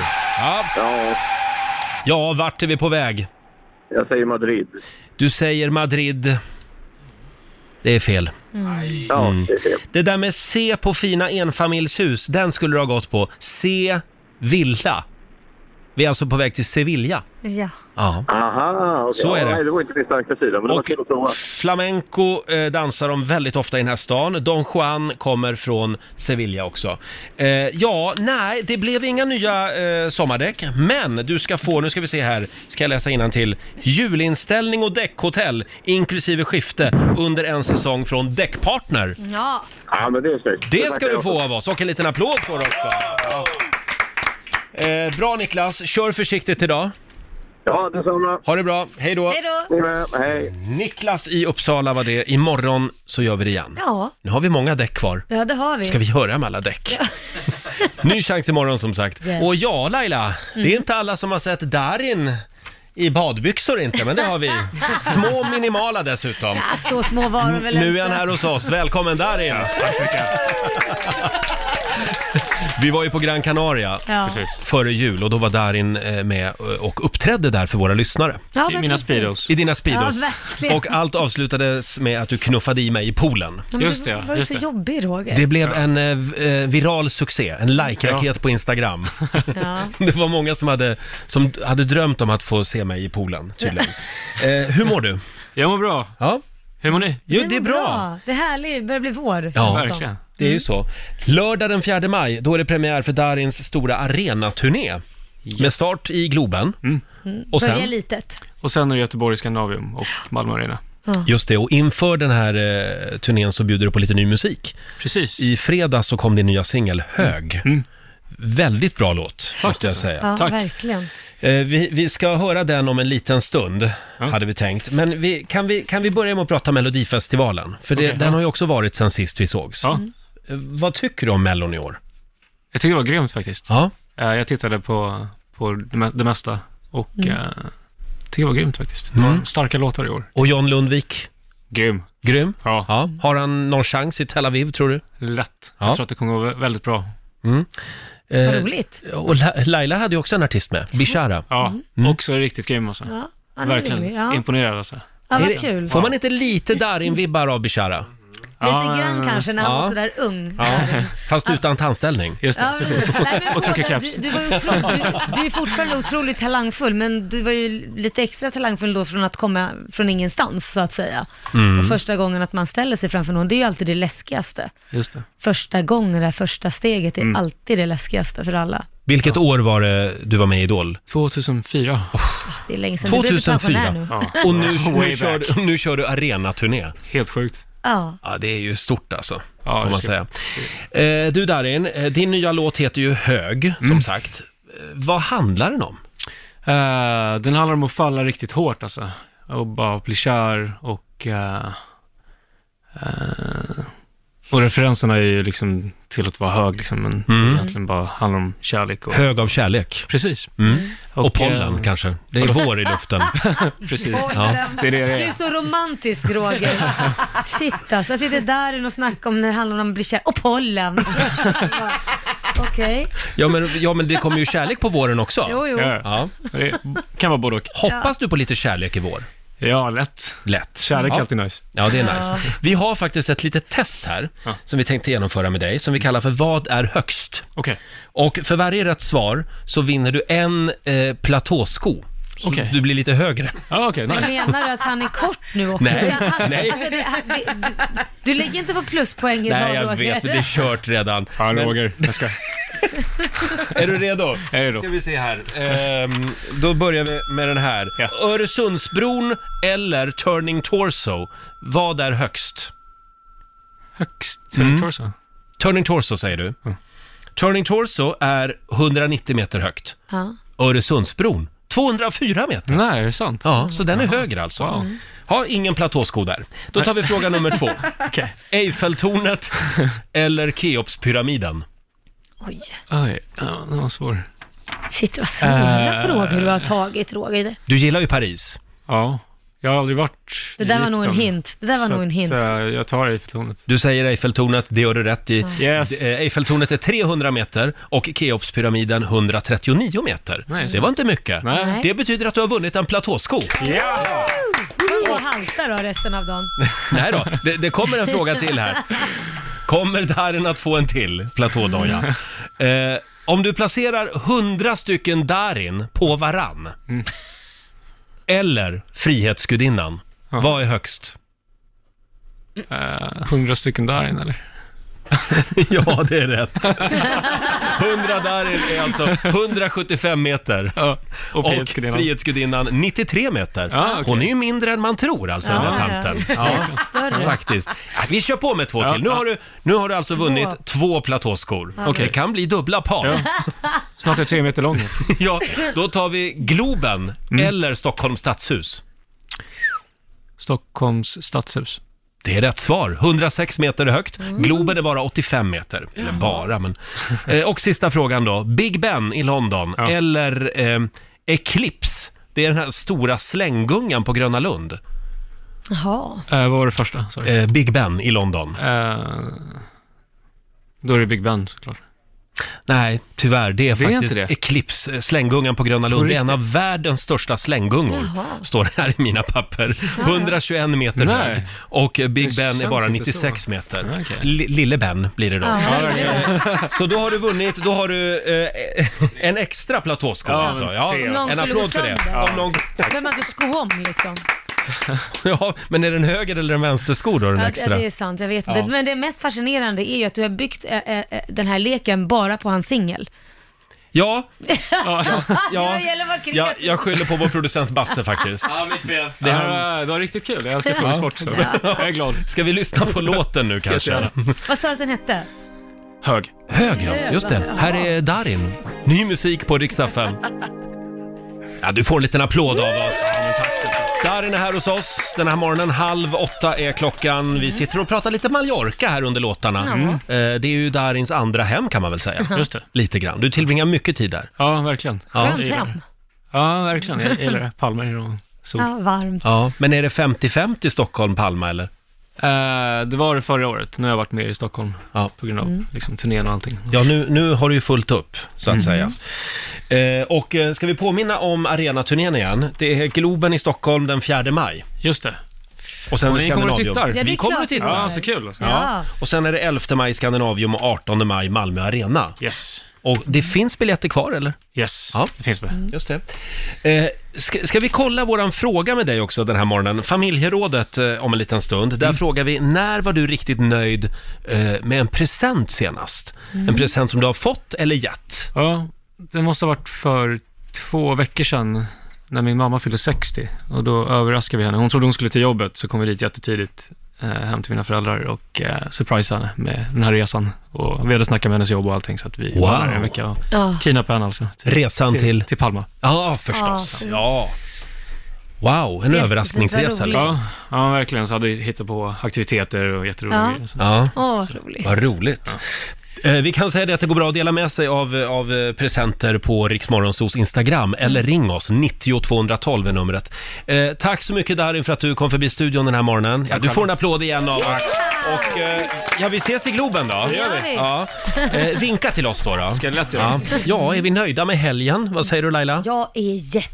Speaker 1: Ja, vart är vi på väg?
Speaker 6: Jag säger Madrid.
Speaker 1: Du säger Madrid. Det är fel.
Speaker 6: Ja, det är fel.
Speaker 1: Det där med se på fina enfamiljshus, den skulle du ha gått på. Se villa. Vi är alltså på väg till Sevilla.
Speaker 2: Ja.
Speaker 1: Ja.
Speaker 6: Aha, okay.
Speaker 1: Så är det.
Speaker 6: Nej, det var inte min starka sida, men det var kul att prova.
Speaker 1: Flamenco dansar de väldigt ofta i den här stan. Don Juan kommer från Sevilla också. Nej, det blev inga nya sommardäck. Men du ska få, nu ska vi se här, ska jag läsa innantill. Julinställning och däckhotell, inklusive skifte under en säsong från Däckpartner.
Speaker 2: Ja.
Speaker 6: Ja, men det är snyggt.
Speaker 1: Det ska du få av oss, och en liten applåd för det också. Ja. Bra Niklas, kör försiktigt idag.
Speaker 6: Ja, detsamma.
Speaker 1: Ha det bra, hej då.
Speaker 2: Hej då.
Speaker 6: Hej.
Speaker 1: Niklas i Uppsala var det. Imorgon så gör vi det igen.
Speaker 2: Ja.
Speaker 1: Nu har vi många däck kvar.
Speaker 2: Ja, det har vi.
Speaker 1: Ska vi höra med alla däck? Ja. Ny chans imorgon som sagt.
Speaker 2: Yeah.
Speaker 1: Och ja, Laila, det är inte alla som har sett Darin i badbyxor inte, men det har vi. Små minimala dessutom.
Speaker 2: Ja, så små var de väl
Speaker 1: Nu
Speaker 2: inte.
Speaker 1: är han här hos oss. Välkommen Darin.
Speaker 7: Tack så mycket.
Speaker 1: Vi var ju på Gran Canaria före jul och då var Darin med och uppträdde där för våra lyssnare.
Speaker 2: Ja,
Speaker 7: I mina speedos.
Speaker 1: I dina speedos.
Speaker 2: Ja, verkligen.
Speaker 1: Och allt avslutades med att du knuffade i mig i poolen.
Speaker 2: Ja,
Speaker 7: Just
Speaker 2: det
Speaker 7: det,
Speaker 2: var ju så jobbig, Roger.
Speaker 1: Det blev en viral succé, en like-raket på Instagram.
Speaker 2: Ja.
Speaker 1: Det var många som hade drömt om att få se mig i poolen, tydligen. Hur mår du?
Speaker 7: Jag mår bra.
Speaker 1: Ja.
Speaker 7: Hur mår ni?
Speaker 1: Jo, det är bra.
Speaker 2: Det är härligt, det börjar bli vår.
Speaker 1: Ja,
Speaker 7: verkligen.
Speaker 1: Det är ju så. Lördag den 4 maj, då är det premiär för Darins stora arenaturné. Med start i Globen. Och
Speaker 2: Börja
Speaker 1: sen,
Speaker 2: litet.
Speaker 7: Och sen är det Göteborg Skandinavium och Malmö Arena.
Speaker 1: just det, och inför den här turnén så bjuder du på lite ny musik.
Speaker 7: Precis.
Speaker 1: I fredags så kom din nya singel Hög. Väldigt bra låt, måste jag säga.
Speaker 2: Ja,
Speaker 7: Tack.
Speaker 2: verkligen.
Speaker 1: Vi ska höra den om en liten stund, hade vi tänkt. Men kan vi börja med att prata Melodifestivalen? För den har ju också varit sen sist vi sågs.
Speaker 7: Ja.
Speaker 1: Vad tycker du om Mellon i år?
Speaker 7: Jag tycker det var grymt faktiskt.
Speaker 1: Ja.
Speaker 7: Jag tittade på det mesta och tycker det var grymt faktiskt. Det var starka låtar i år.
Speaker 1: Och John Lundvik?
Speaker 7: Grym.
Speaker 1: Grym?
Speaker 7: Ja.
Speaker 1: Har han någon chans i Tel Aviv, tror du?
Speaker 7: Lätt.
Speaker 1: Ja.
Speaker 7: Jag tror att det kommer gå väldigt bra.
Speaker 2: Vad roligt.
Speaker 1: Och Laila hade ju också en artist med, Bishara.
Speaker 7: Ja, också riktigt grym alltså.
Speaker 2: Ja, han är
Speaker 7: Verkligen.
Speaker 2: rolig. Ja.
Speaker 7: Imponerad alltså.
Speaker 2: Ja, vad kul.
Speaker 1: Får man inte lite Darin-vibbar av Bishara?
Speaker 2: Lite grann kanske när han var sådär ung.
Speaker 1: Ja, fast utan tandställning.
Speaker 7: Just det,
Speaker 2: Ja,
Speaker 7: precis.
Speaker 2: nej, men
Speaker 7: Och trycka
Speaker 2: båda,
Speaker 7: caps.
Speaker 2: du är fortfarande otroligt talangfull, men du var ju lite extra talangfull då från att komma från ingenstans, så att säga. Och första gången att man ställer sig framför någon, det är ju alltid det läskigaste.
Speaker 7: Just det.
Speaker 2: Första gången, det första steget är alltid det läskigaste för alla.
Speaker 1: Vilket år var det du var med i Idol?
Speaker 7: 2004.
Speaker 2: Det är länge sedan. Du blev pensionär nu.
Speaker 7: Ja.
Speaker 1: Och nu kör du arenaturné.
Speaker 7: Helt sjukt.
Speaker 2: Ja.
Speaker 1: Ja, det är ju stort alltså,
Speaker 7: Ja,
Speaker 1: får man säga. Du Darin, din nya låt heter ju Hög, som sagt. Vad handlar den om?
Speaker 7: Den handlar om att falla riktigt hårt alltså. Och bara bli kär och referenserna är ju liksom till att vara hög liksom, men det egentligen bara handlar om kärlek. Och...
Speaker 1: Hög av kärlek.
Speaker 7: Precis.
Speaker 1: Och pollen kanske. Det är vår i luften.
Speaker 7: Precis. Ja, det är det
Speaker 2: Du är så romantisk, Roger. Shit alltså, jag sitter där och snackar om när det handlar om att bli kär. Och pollen. Okej.
Speaker 1: Ja, men det kommer ju kärlek på våren också.
Speaker 2: Jo.
Speaker 7: Ja. Det kan vara både och.
Speaker 1: Hoppas du på lite kärlek i vår?
Speaker 7: Ja, lätt. Kärlek är alltid nice.
Speaker 1: Ja, det är nice. Vi har faktiskt ett litet test här som vi tänkte genomföra med dig, som vi kallar för Vad är högst?
Speaker 7: Okej.
Speaker 1: Och för varje rätt svar så vinner du en platåsko. Så du blir lite högre.
Speaker 7: Okej, nice.
Speaker 2: Men menar du att han är kort nu också?
Speaker 1: Nej.
Speaker 2: Alltså du lägger inte på pluspoäng idag,
Speaker 1: Nej, jag vet, men det är kört redan.
Speaker 7: Fan, Roger, jag ska...
Speaker 1: Är du redo?
Speaker 7: Jag är redo.
Speaker 1: Ska vi se här. Då börjar vi med den här.
Speaker 7: Ja.
Speaker 1: Öresundsbron eller Turning Torso? Vad är högst?
Speaker 7: Turning Torso?
Speaker 1: Turning Torso säger du. Turning Torso är 190 meter högt. Öresundsbron 204 meter.
Speaker 7: Nej, är det sant?
Speaker 1: Ja, så den är högre alltså.
Speaker 7: Wow.
Speaker 1: Ha ingen platåsko där. Då tar vi fråga nummer 2. Eiffeltornet eller Keopspyramiden?
Speaker 2: Oj,
Speaker 7: ja, det var svår.
Speaker 2: shit vad svåra frågor du har tagit, Roger.
Speaker 1: Du gillar ju Paris.
Speaker 7: Ja, jag har aldrig varit
Speaker 2: Det där var nog en hint.
Speaker 7: Så jag tar Eiffeltornet.
Speaker 1: Du säger Eiffeltornet, det gör du rätt i.
Speaker 7: Yes.
Speaker 1: Eiffeltornet är 300 meter och Keopspyramiden 139 meter.
Speaker 7: Nej,
Speaker 1: det var inte mycket.
Speaker 7: Nej.
Speaker 1: Det betyder att du har vunnit en platåsko.
Speaker 7: Ja!
Speaker 2: Vad haltar då resten av dagen?
Speaker 1: Nej då, det kommer en fråga till här. Kommer Darin att få en till platådoja? Om du placerar 100 stycken Darin på varann eller Frihetsgudinnan, vad är högst?
Speaker 7: 100 stycken Darin, eller?
Speaker 1: Ja, det är rätt. 100 Darin är alltså 175 meter.
Speaker 7: Ja, och
Speaker 1: Frihetsgudinnan 93 meter.
Speaker 7: Ja, okay.
Speaker 1: Hon är ju mindre än man tror, alltså, den där tanten. Ja, faktiskt. Ja, vi kör på med 2 till. Nu har du alltså vunnit 2 platåskor. Det kan bli dubbla par.
Speaker 7: Ja. Snart är 3 meter lång.
Speaker 1: Ja, då tar vi Globen eller Stockholms stadshus.
Speaker 7: Stockholms stadshus.
Speaker 1: Det är rätt svar. 106 meter högt. Globen är bara 85 meter. Eller bara, men... och sista frågan då. Big Ben i London eller Eclipse. Det är den här stora slänggungan på Gröna Lund.
Speaker 2: Jaha.
Speaker 7: Vad var det första?
Speaker 1: Big Ben i London.
Speaker 7: Då är det Big Ben, såklart.
Speaker 1: Nej, tyvärr. Det är faktiskt
Speaker 7: det.
Speaker 1: Eclipse, slänggungan på Gröna Lund. Det är en av världens största slänggungor. Står det här i mina papper. 121 meter hög. Och Big Ben är bara 96 meter.
Speaker 7: Okay.
Speaker 1: Lille Ben blir det då. Så då har du vunnit, då har du en extra platåsko. Alltså. En applåd för det.
Speaker 2: Vem har inte sko om liksom?
Speaker 1: Ja, men är den höger eller den vänster sko då, den extra?
Speaker 2: Ja, det är sant, jag vet inte. Men det mest fascinerande är ju att du har byggt den här leken bara på hans singel.
Speaker 1: Ja. Jag skyller på vår producent Basse faktiskt.
Speaker 7: Ja, mitt fel. Det var riktigt kul. Jag älskar frågesport, så jag är glad.
Speaker 1: Ska vi lyssna på låten nu kanske?
Speaker 2: Vad sa du att den hette?
Speaker 7: Hög,
Speaker 1: ja. Just det. Här är Darin. Ny musik på Rix FM. Ja, du får en liten applåd av oss. Darin är här hos oss den här morgonen. 7:30 är klockan. Vi sitter och pratar lite Mallorca här under låtarna. Det är ju Darins andra hem, kan man väl säga.
Speaker 7: Just det.
Speaker 1: Lite grann. Du tillbringar mycket tid där.
Speaker 7: Ja, verkligen.
Speaker 2: Skönt hem.
Speaker 7: Ja, verkligen. Jag gillar det. Palmer och sol.
Speaker 2: Ja, varmt.
Speaker 1: Ja, men är det 50-50 Stockholm-Palma eller?
Speaker 7: Det var det förra året. Nu har jag varit mer i Stockholm på grund av liksom, turnén och allting.
Speaker 1: Ja, nu har du ju fullt upp, så att säga. Och ska vi påminna om arenaturnén igen? Det är Globen i Stockholm den 4 maj.
Speaker 7: Just det.
Speaker 1: Och sen
Speaker 7: ni kommer och tittar.
Speaker 2: Ja,
Speaker 1: vi kommer och tittar.
Speaker 7: Ja, så kul.
Speaker 1: Ja. Och sen är det 11 maj Skandinavium och 18 maj Malmö Arena.
Speaker 7: Yes.
Speaker 1: Och det finns biljetter kvar, eller?
Speaker 7: Yes, det finns det.
Speaker 1: Just det. Ska vi kolla våran fråga med dig också den här morgonen? Familjerådet om en liten stund. Där frågar vi, när var du riktigt nöjd med en present senast? En present som du har fått eller gett?
Speaker 7: Ja, det måste ha varit för 2 veckor sedan när min mamma fyllde 60. Och då överraskade vi henne. Hon trodde hon skulle till jobbet, så kom vi dit jättetidigt hem till mina föräldrar och surprise henne med den här resan. Och vi hade snackat med hennes jobb och allting, så att vi var där en vecka och kidnappade henne alltså.
Speaker 1: Resan till
Speaker 7: Palma.
Speaker 1: Ja, förstås. Ja. Wow, en överraskningsresa.
Speaker 7: Liksom. Ja, verkligen. Så hade vi hittat på aktiviteter och jätteroliga grejer.
Speaker 2: Vad roligt.
Speaker 1: Vad roligt. Vi kan säga det att det går bra att dela med sig av presenter på Rix Morgonzos Instagram eller ring oss, 90 212 är numret. Tack så mycket Darin för att du kom förbi studion den här morgonen. Du får en applåd igen av oss. Och vi ses i Globen då.
Speaker 2: Det gör vi.
Speaker 1: Ja. Vinka till oss då.
Speaker 7: Ska det lätt göra.
Speaker 1: Ja, är vi nöjda med helgen? Vad säger du Laila?
Speaker 2: Jag är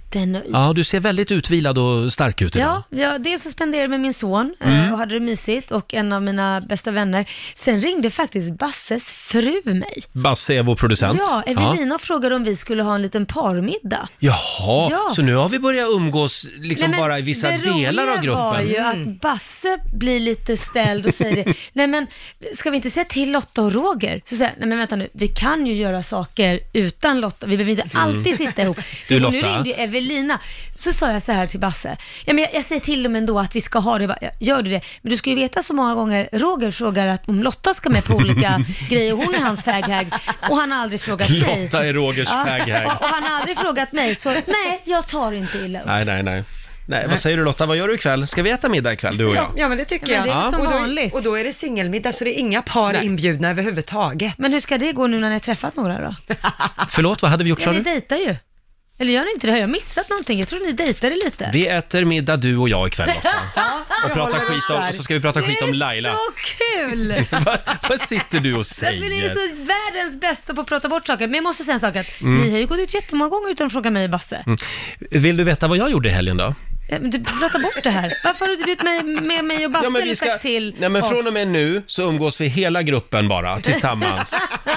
Speaker 2: jättenöjd.
Speaker 1: Ja, du ser väldigt utvilad och stark ut idag.
Speaker 2: Ja, dels så spenderade jag med min son och hade det mysigt och en av mina bästa vänner. Sen ringde faktiskt Basses fru mig.
Speaker 1: Basse är vår producent.
Speaker 2: Ja, Evelina frågade om vi skulle ha en liten parmiddag.
Speaker 1: Jaha, så nu har vi börjat umgås liksom bara i vissa delar av gruppen.
Speaker 2: Det var ju att Basse blir lite ställd och säger det. Nej men, ska vi inte säga till Lotta och Roger? Så säger jag, nej men vänta nu, vi kan ju göra saker utan Lotta. Vi behöver inte alltid sitta ihop.
Speaker 1: Du Lotta.
Speaker 2: Nu ringde ju Evelina. Så sa jag så här till Basse. Ja men jag säger till dem ändå att vi ska ha det. Gör du det? Men du ska ju veta så många gånger Roger frågar att om Lotta ska med på olika grejer. Hon är hans faghag. Och han har aldrig frågat mig.
Speaker 1: Lotta är Rogers faghag.
Speaker 2: Och han har aldrig frågat mig. Så nej, jag tar inte illa upp.
Speaker 1: Nej, vad säger du Lotta? Vad gör du ikväll? Ska vi äta middag ikväll, du och jag?
Speaker 3: Ja men det tycker jag.
Speaker 2: Det är som vanligt.
Speaker 3: Och då är det singelmiddag så det är inga par inbjudna överhuvudtaget.
Speaker 2: Men hur ska det gå nu när ni har träffat några då?
Speaker 1: Förlåt, vad hade vi gjort, sa
Speaker 2: ni
Speaker 1: du?
Speaker 2: dejtar ju. Eller gör ni inte det? Har jag missat någonting? Jag tror ni dejtade lite.
Speaker 1: Vi äter middag du och jag ikväll, Lotta. Och så ska vi prata skit om Laila.
Speaker 2: Det är så kul!
Speaker 1: Vad sitter du och säger?
Speaker 2: Ni är så världens bästa på att prata bort saker. Men jag måste säga en sak att ni har ju gått ut jättemånga gånger utan att fråga mig, Basse.
Speaker 1: Vill du veta vad jag gjorde i helgen då?
Speaker 2: Men du pratar bort det här. Varför har du inte blivit med mig och Basse eller sagt till
Speaker 1: men
Speaker 2: oss?
Speaker 1: från och med nu så umgås vi hela gruppen bara, tillsammans.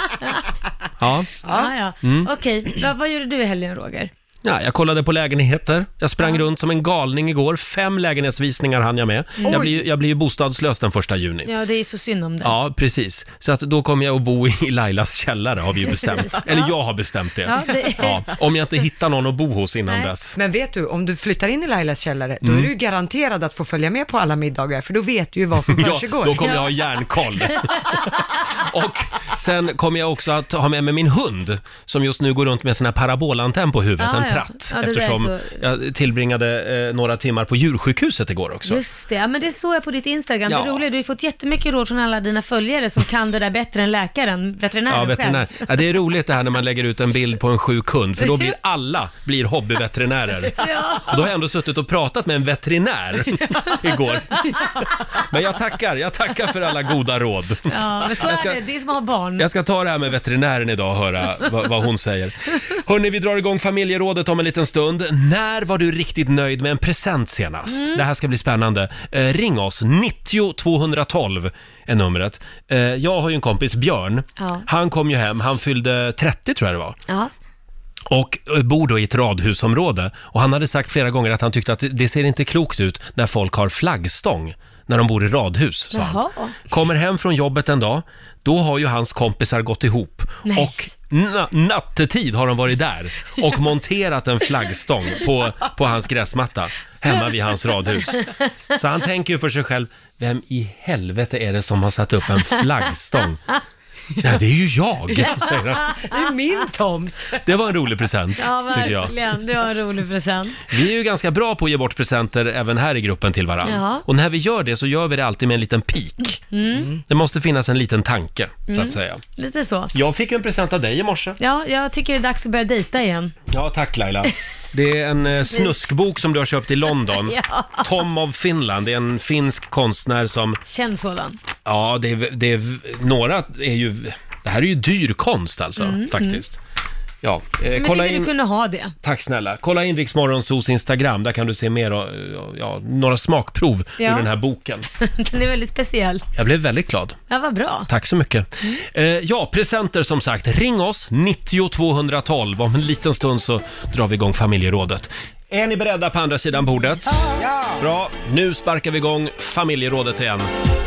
Speaker 1: Ja.
Speaker 2: Okej, vad gjorde du i helgen, Roger?
Speaker 1: Ja, jag kollade på lägenheter. Jag sprang runt som en galning igår. 5 lägenhetsvisningar hann jag med. Jag blir ju bostadslös den 1 juni.
Speaker 2: Ja, det är så synd om det.
Speaker 1: Ja, precis. Så att då kommer jag att bo i Lailas källare, har vi ju bestämt. Eller jag har bestämt det. Ja, om jag inte hittar någon att bo hos innan dess.
Speaker 3: Men vet du, om du flyttar in i Lailas källare, då är du garanterad att få följa med på alla middagar, för då vet du ju vad som försiggår.
Speaker 1: Då kommer jag ha järnkoll. Och sen kommer jag också att ha med mig min hund, som just nu går runt med sina parabolantenn på huvudet, en tratt. Eftersom jag tillbringade några timmar på djursjukhuset igår också.
Speaker 2: Just det, men det såg jag på ditt Instagram. Det är roligt, du har fått jättemycket råd från alla dina följare som kan det där bättre än läkaren, veterinären själv.
Speaker 1: Ja, det är roligt det här när man lägger ut en bild på en sjuk hund, för då blir alla hobbyveterinärer. Och då har jag ändå suttit och pratat med en veterinär igår. Men jag tackar för alla goda råd.
Speaker 2: Ja, men så är det är som att ha barn.
Speaker 1: Jag ska ta det här med veterinären idag och höra vad hon säger. Hörrni, vi drar igång familjerådet om en liten stund. När var du riktigt nöjd med en present senast? Det här ska bli spännande. Ring oss, 90 212 är numret. Jag har ju en kompis, Björn. Han kom ju hem, han fyllde 30 tror jag det var. Och bor då i ett radhusområde. Och han hade sagt flera gånger att han tyckte att det ser inte klokt ut när folk har flaggstång när de bor i radhus, sa han. Kommer hem från jobbet en dag, då har ju hans kompisar gått ihop. Och nattetid har de varit där och monterat en flaggstång på hans gräsmatta hemma vid hans radhus. Så han tänker ju för sig själv, vem i helvete är det som har satt upp en flaggstång? Ja, det är ju jag, säger han.
Speaker 3: Det är min tomt.
Speaker 1: Det var en rolig present, tycker jag.
Speaker 2: Verkligen, det var en rolig present.
Speaker 1: Vi är ju ganska bra på att ge bort presenter även här i gruppen till varandra. Och när vi gör det så gör vi det alltid med en liten pik. Det måste finnas en liten tanke, så att säga.
Speaker 2: Lite så.
Speaker 1: Jag fick en present av dig i morse.
Speaker 2: Ja, jag tycker det är dags att börja dejta igen.
Speaker 1: Ja, tack Laila. Det är en snuskbok som du har köpt i London. Tom of Finland, det är en finsk konstnär som...
Speaker 2: Känns sådan.
Speaker 1: Ja, det är några är ju... Det här är ju dyr konst alltså, faktiskt. Ja,
Speaker 2: men
Speaker 1: kolla
Speaker 2: in... du kunde ha det.
Speaker 1: Tack snälla. Kolla in Rix Morgonzos Instagram, där kan du se mer några smakprov ur den här boken.
Speaker 2: Den är väldigt speciell.
Speaker 1: Jag blev väldigt glad.
Speaker 2: Ja, vad bra.
Speaker 1: Tack så mycket. Presenter som sagt. Ring oss, 90 212. Om en liten stund så drar vi igång familjerådet. Är ni beredda på andra sidan bordet? Ja! Bra, nu sparkar vi igång familjerådet igen.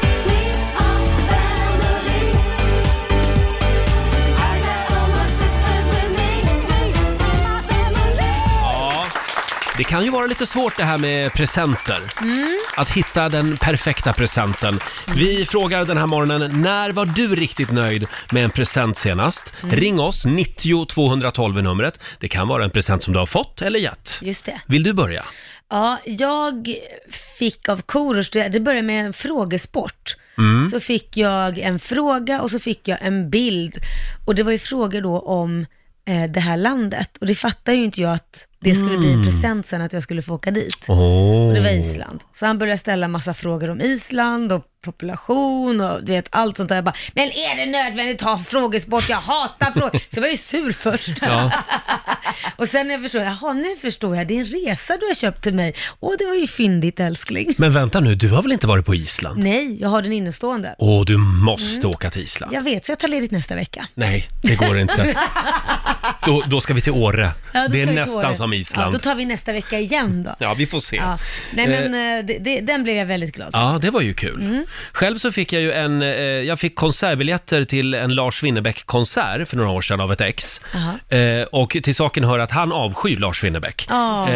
Speaker 1: Det kan ju vara lite svårt det här med presenter. Att hitta den perfekta presenten. Vi frågar den här morgonen, när var du riktigt nöjd med en present senast? Ring oss, 90 212 numret. Det kan vara en present som du har fått eller gett.
Speaker 2: Just det.
Speaker 1: Vill du börja?
Speaker 2: Ja, jag fick av Korosh, det började med en frågesport. Så fick jag en fråga och så fick jag en bild. Och det var ju frågor då om det här landet. Och det fattar ju inte jag att det skulle bli en present sen att jag skulle få åka dit. Och det var Island. Så han började ställa massa frågor om Island och population och du vet allt sånt där. Jag bara, men är det nödvändigt att ha frågesport? Jag hatar frågor. Så jag var ju sur först.
Speaker 1: Ja.
Speaker 2: Och sen när jag förstod, nu förstår jag, det är en resa du har köpt till mig. Och det var ju fyndigt, älskling.
Speaker 1: Men vänta nu, du har väl inte varit på Island?
Speaker 2: Nej, jag har den innestående.
Speaker 1: Du måste åka till Island.
Speaker 2: Jag vet, så jag tar ledigt nästa vecka.
Speaker 1: Nej, det går inte. Då ska vi till Åre.
Speaker 2: Ja,
Speaker 1: det är nästan som Island.
Speaker 2: Ja, då tar vi nästa vecka igen då.
Speaker 1: Ja, vi får se.
Speaker 2: Ja. Nej, men den blev jag väldigt glad för.
Speaker 1: Ja, det var ju kul. Själv så fick jag ju jag fick konsertbiljetter till en Lars Winnerbäck-konsert för några år sedan av ett ex. Och till saken hör att han avskyr Lars Winnerbäck.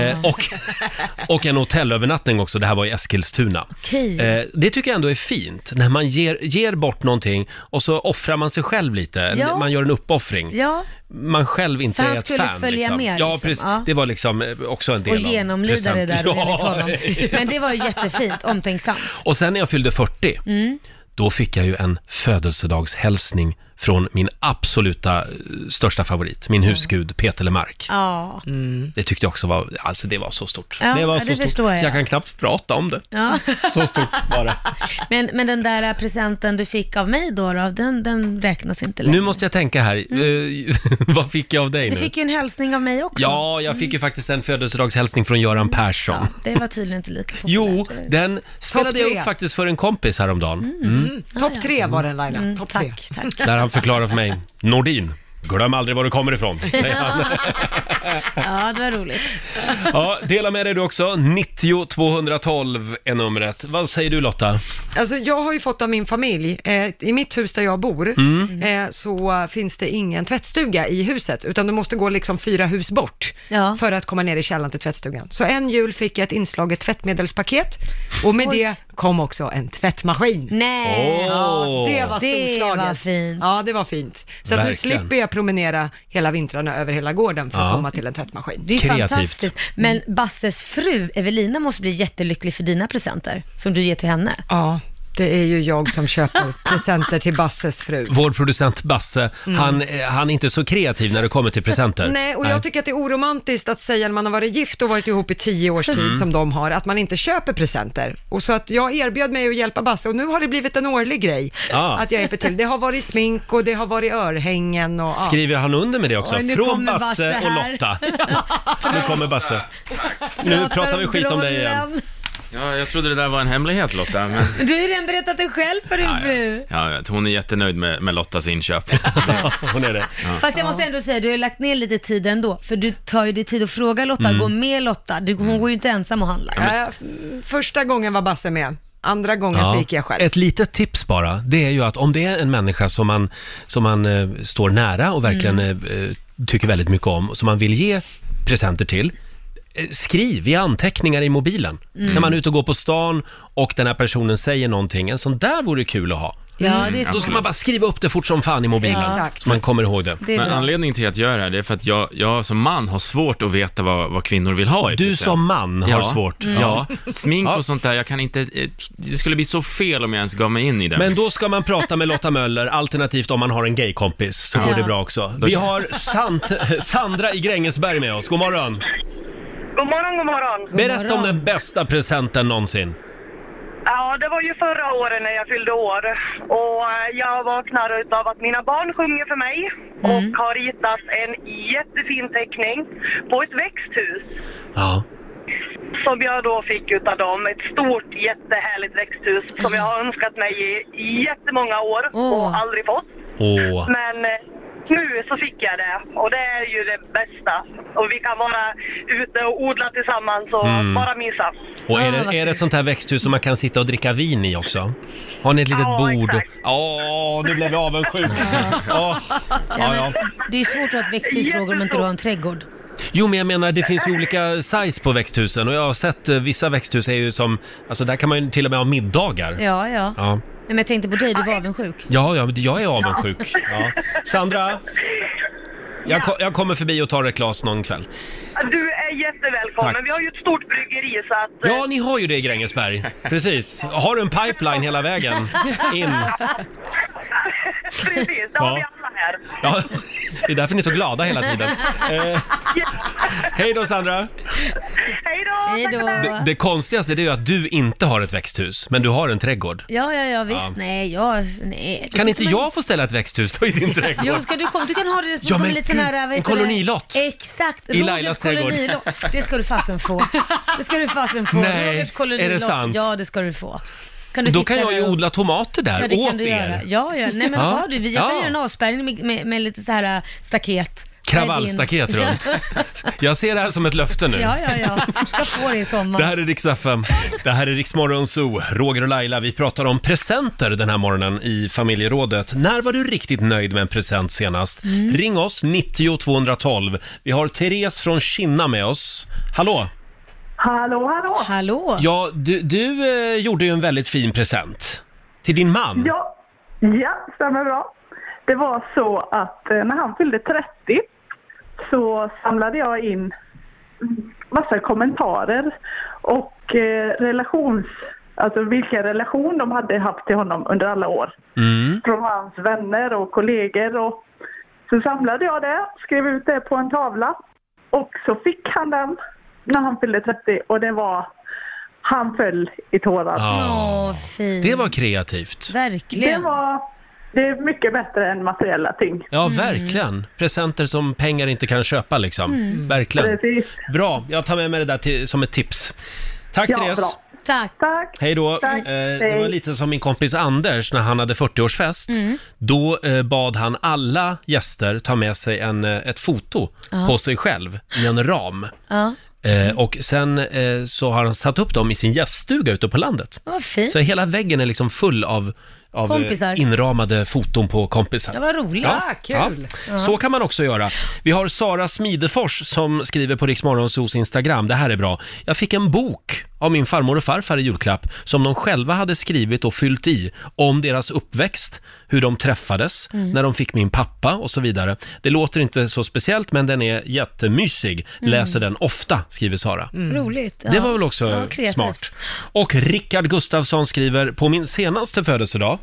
Speaker 1: Och en hotellövernattning också, det här var i Eskilstuna. Det tycker jag ändå är fint, när man ger bort någonting och så offrar man sig själv lite. Man gör en uppoffring. Ja. Man själv inte är ett fan. Han skulle följa liksom. Med. Ja, precis. Ja. Det var liksom också en del
Speaker 2: och genomlida det där enligt honom. Men det var ju jättefint, omtänksamt.
Speaker 1: Och sen när jag fyllde 40, då fick jag ju en födelsedagshälsning från min absoluta största favorit, min husgud Peter Lemark. Ja. Det tyckte jag också var, alltså det var så stort.
Speaker 2: Ja,
Speaker 1: det var så stort, så jag kan knappt prata om det. Ja. Så stort bara.
Speaker 2: Men den där presenten du fick av mig då, den räknas inte längre.
Speaker 1: Nu måste jag tänka här, vad fick jag av dig nu?
Speaker 2: Du fick ju en hälsning av mig också.
Speaker 1: Ja, jag fick ju faktiskt en födelsedagshälsning från Göran Persson.
Speaker 2: Ja, det var tydligen inte lika populärt.
Speaker 1: Jo, den spelade jag upp faktiskt för en kompis häromdagen.
Speaker 3: Topp 3 var den, Laila. Topp 3.
Speaker 2: Tack.
Speaker 1: Där han förklarar för mig, Nordin, glöm aldrig var du kommer ifrån, säger han.
Speaker 2: Ja, det var roligt.
Speaker 1: Ja, dela med dig du också. 90 212 är numret. Vad säger du, Lotta?
Speaker 3: Alltså, jag har ju fått av min familj, i mitt hus där jag bor, så finns det ingen tvättstuga i huset, utan du måste gå liksom 4 hus bort för att komma ner i källaren till tvättstugan. Så en jul fick jag ett inslaget tvättmedelspaket, och med det kom också en tvättmaskin.
Speaker 2: Nej!
Speaker 3: Ja, det var storslaget.
Speaker 2: Det var fint.
Speaker 3: Ja, det var fint. Så att nu slipper jag promenera hela vintrarna över hela gården för att komma till en tvättmaskin.
Speaker 2: Det är fantastiskt. Men Basses fru Evelina måste bli jättelycklig för dina presenter som du ger till henne.
Speaker 3: Ja. Det är ju jag som köper presenter till Basses fru.
Speaker 1: Vår producent Basse, han är inte så kreativ när det kommer till presenter.
Speaker 3: Nej, och jag tycker att det är oromantiskt att säga när man har varit gift och varit ihop i 10 års tid som de har, att man inte köper presenter. Och så att jag erbjöd mig att hjälpa Basse, och nu har det blivit en årlig grej att jag hjälper till. Det har varit smink och det har varit örhängen. Och,
Speaker 1: skriver han under med det också? Från Basse och Lotta. Nu kommer Basse. Nu pratar vi skit om dig igen.
Speaker 8: Ja, jag trodde det där var en hemlighet, Lotta. Men...
Speaker 2: Du har ju redan berättat det själv för din fru.
Speaker 8: Ja, hon är jättenöjd med Lottas inköp.
Speaker 1: Hon är det.
Speaker 2: Ja. Fast jag måste ändå säga, du har lagt ner lite tid ändå. För du tar ju dig tid att fråga Lotta, gå med Lotta. Hon går ju inte ensam och handlar.
Speaker 3: Första gången var Basse med. Andra gången så gick jag själv.
Speaker 1: Ett litet tips bara, det är ju att om det är en människa som man står nära och verkligen tycker väldigt mycket om, som man vill ge presenter till, skriv i anteckningar i mobilen. När man är ute och går på stan och den här personen säger någonting, en sån där vore kul att ha.
Speaker 2: Ja, det är så.
Speaker 1: Då ska man bara skriva upp det fort som fan i mobilen, så man kommer ihåg det.
Speaker 8: Men anledningen till att jag gör det här, det är för att jag som man har svårt att veta vad kvinnor vill ha i
Speaker 1: Du present. Som man har svårt.
Speaker 8: Ja, smink och sånt där, jag kan inte, det skulle bli så fel om jag ens gav mig in i det.
Speaker 1: Men då ska man prata med Lotta Möller, alternativt om man har en gaykompis, så går det bra också. Vi har Sandra i Grängesberg med oss, god morgon.
Speaker 9: God morgon.
Speaker 1: Berätta om den bästa presenten någonsin.
Speaker 9: Ja, det var ju förra året när jag fyllde år. Och jag vaknar av att mina barn sjunger för mig. Och har ritat en jättefin teckning på ett växthus. Ja. Som jag då fick utav dem. Ett stort, jättehärligt växthus som jag har önskat mig i jättemånga år och aldrig fått. Men... nu så fick jag det, och det är ju det bästa. Och vi kan vara ute och odla tillsammans och bara mysa. Och
Speaker 1: är det sånt här växthus som man kan sitta och dricka vin i också? Har ni ett litet bord? Nu blev vi avundsjuk.
Speaker 2: Det är svårt att ha ett växthusfrågor om inte du har en trädgård.
Speaker 1: Jo, men jag menar, det finns ju olika size på växthusen. Och jag har sett vissa växthus är ju som, alltså där kan man ju till och med ha middagar.
Speaker 2: Ja. Men jag tänkte på dig, du var avundsjuk.
Speaker 1: Ja, jag är avundsjuk. Ja. Sandra, jag kommer förbi och tar ett glas någon kväll.
Speaker 9: Du är jättevälkommen. Tack. Vi har ju ett stort bryggeri så att...
Speaker 1: Ja, ni har ju det i Grängesberg. Precis. Har du en pipeline hela vägen in?
Speaker 9: Precis, det har vi alla här.
Speaker 1: Ja, det är därför ni är så glada hela tiden. Hej då Sandra!
Speaker 9: Hej då!
Speaker 1: Det konstigaste är ju att du inte har ett växthus, men du har en trädgård.
Speaker 2: Ja, visst. Nej.
Speaker 1: Kan inte jag få ställa ett växthus då i din trädgård?
Speaker 2: Jo, du kan ha det som en liten här...
Speaker 1: En kolonilott.
Speaker 2: Exakt.
Speaker 1: I Lailas trädgård.
Speaker 2: Det ska du fasen få.
Speaker 1: Nej,
Speaker 2: Rogers kolonilott.
Speaker 1: är det sant?
Speaker 2: Ja, det ska du få.
Speaker 1: Då kan jag ju odla tomater där åt er.
Speaker 2: Ja. Nej, men ta du. Jag kan göra en avspärrning med lite så här staket.
Speaker 1: Kravallstaket runt. Jag ser det här som ett löfte nu.
Speaker 2: Ja. Du ska få det i sommar.
Speaker 1: Det här är Rix FM. Det här är Rix Morgon Zoo. Roger och Laila, vi pratar om presenter den här morgonen i familjerådet. När var du riktigt nöjd med en present senast? Ring oss, 90 212. Vi har Therese från Kinna med oss. Hallå?
Speaker 2: Hallå.
Speaker 1: Ja, du gjorde ju en väldigt fin present till din man.
Speaker 10: Ja, stämmer bra. Det var så att när han fyllde 30 så samlade jag in massa kommentarer och alltså vilken relation de hade haft till honom under alla år. Från hans vänner och kollegor. Och så samlade jag det, skrev ut det på en tavla och så fick han den när han fyllde 30 och han föll i tårar.
Speaker 2: Fint.
Speaker 1: Det var kreativt.
Speaker 2: Verkligen.
Speaker 10: Det är mycket bättre än materiella ting.
Speaker 1: Ja, verkligen. Presenter som pengar inte kan köpa liksom. Verkligen.
Speaker 10: Precis.
Speaker 1: Bra, jag tar med mig det där som ett tips. Tack Therese.
Speaker 10: Bra. Tack.
Speaker 1: Hej då. Det var lite som min kompis Anders när han hade 40-årsfest. Då bad han alla gäster ta med sig ett foto på sig själv i en ram. Och sen så har han satt upp dem i sin gäststuga ute på landet.
Speaker 2: Fint.
Speaker 1: Så hela väggen är liksom full av inramade foton på kompisar.
Speaker 2: Det var roligt.
Speaker 3: Ja, kul.
Speaker 1: Ja. Så kan man också göra. Vi har Sara Smidefors som skriver på Rix Morgonzoos Instagram. Det här är bra. Jag fick en bok av min farmor och farfar i julklapp som de själva hade skrivit och fyllt i om deras uppväxt, hur de träffades, när de fick min pappa och så vidare. Det låter inte så speciellt, men den är jättemysig. Läser den ofta, skriver Sara.
Speaker 2: Roligt.
Speaker 1: Det var väl också smart. Och Rickard Gustafsson skriver, på min senaste födelsedag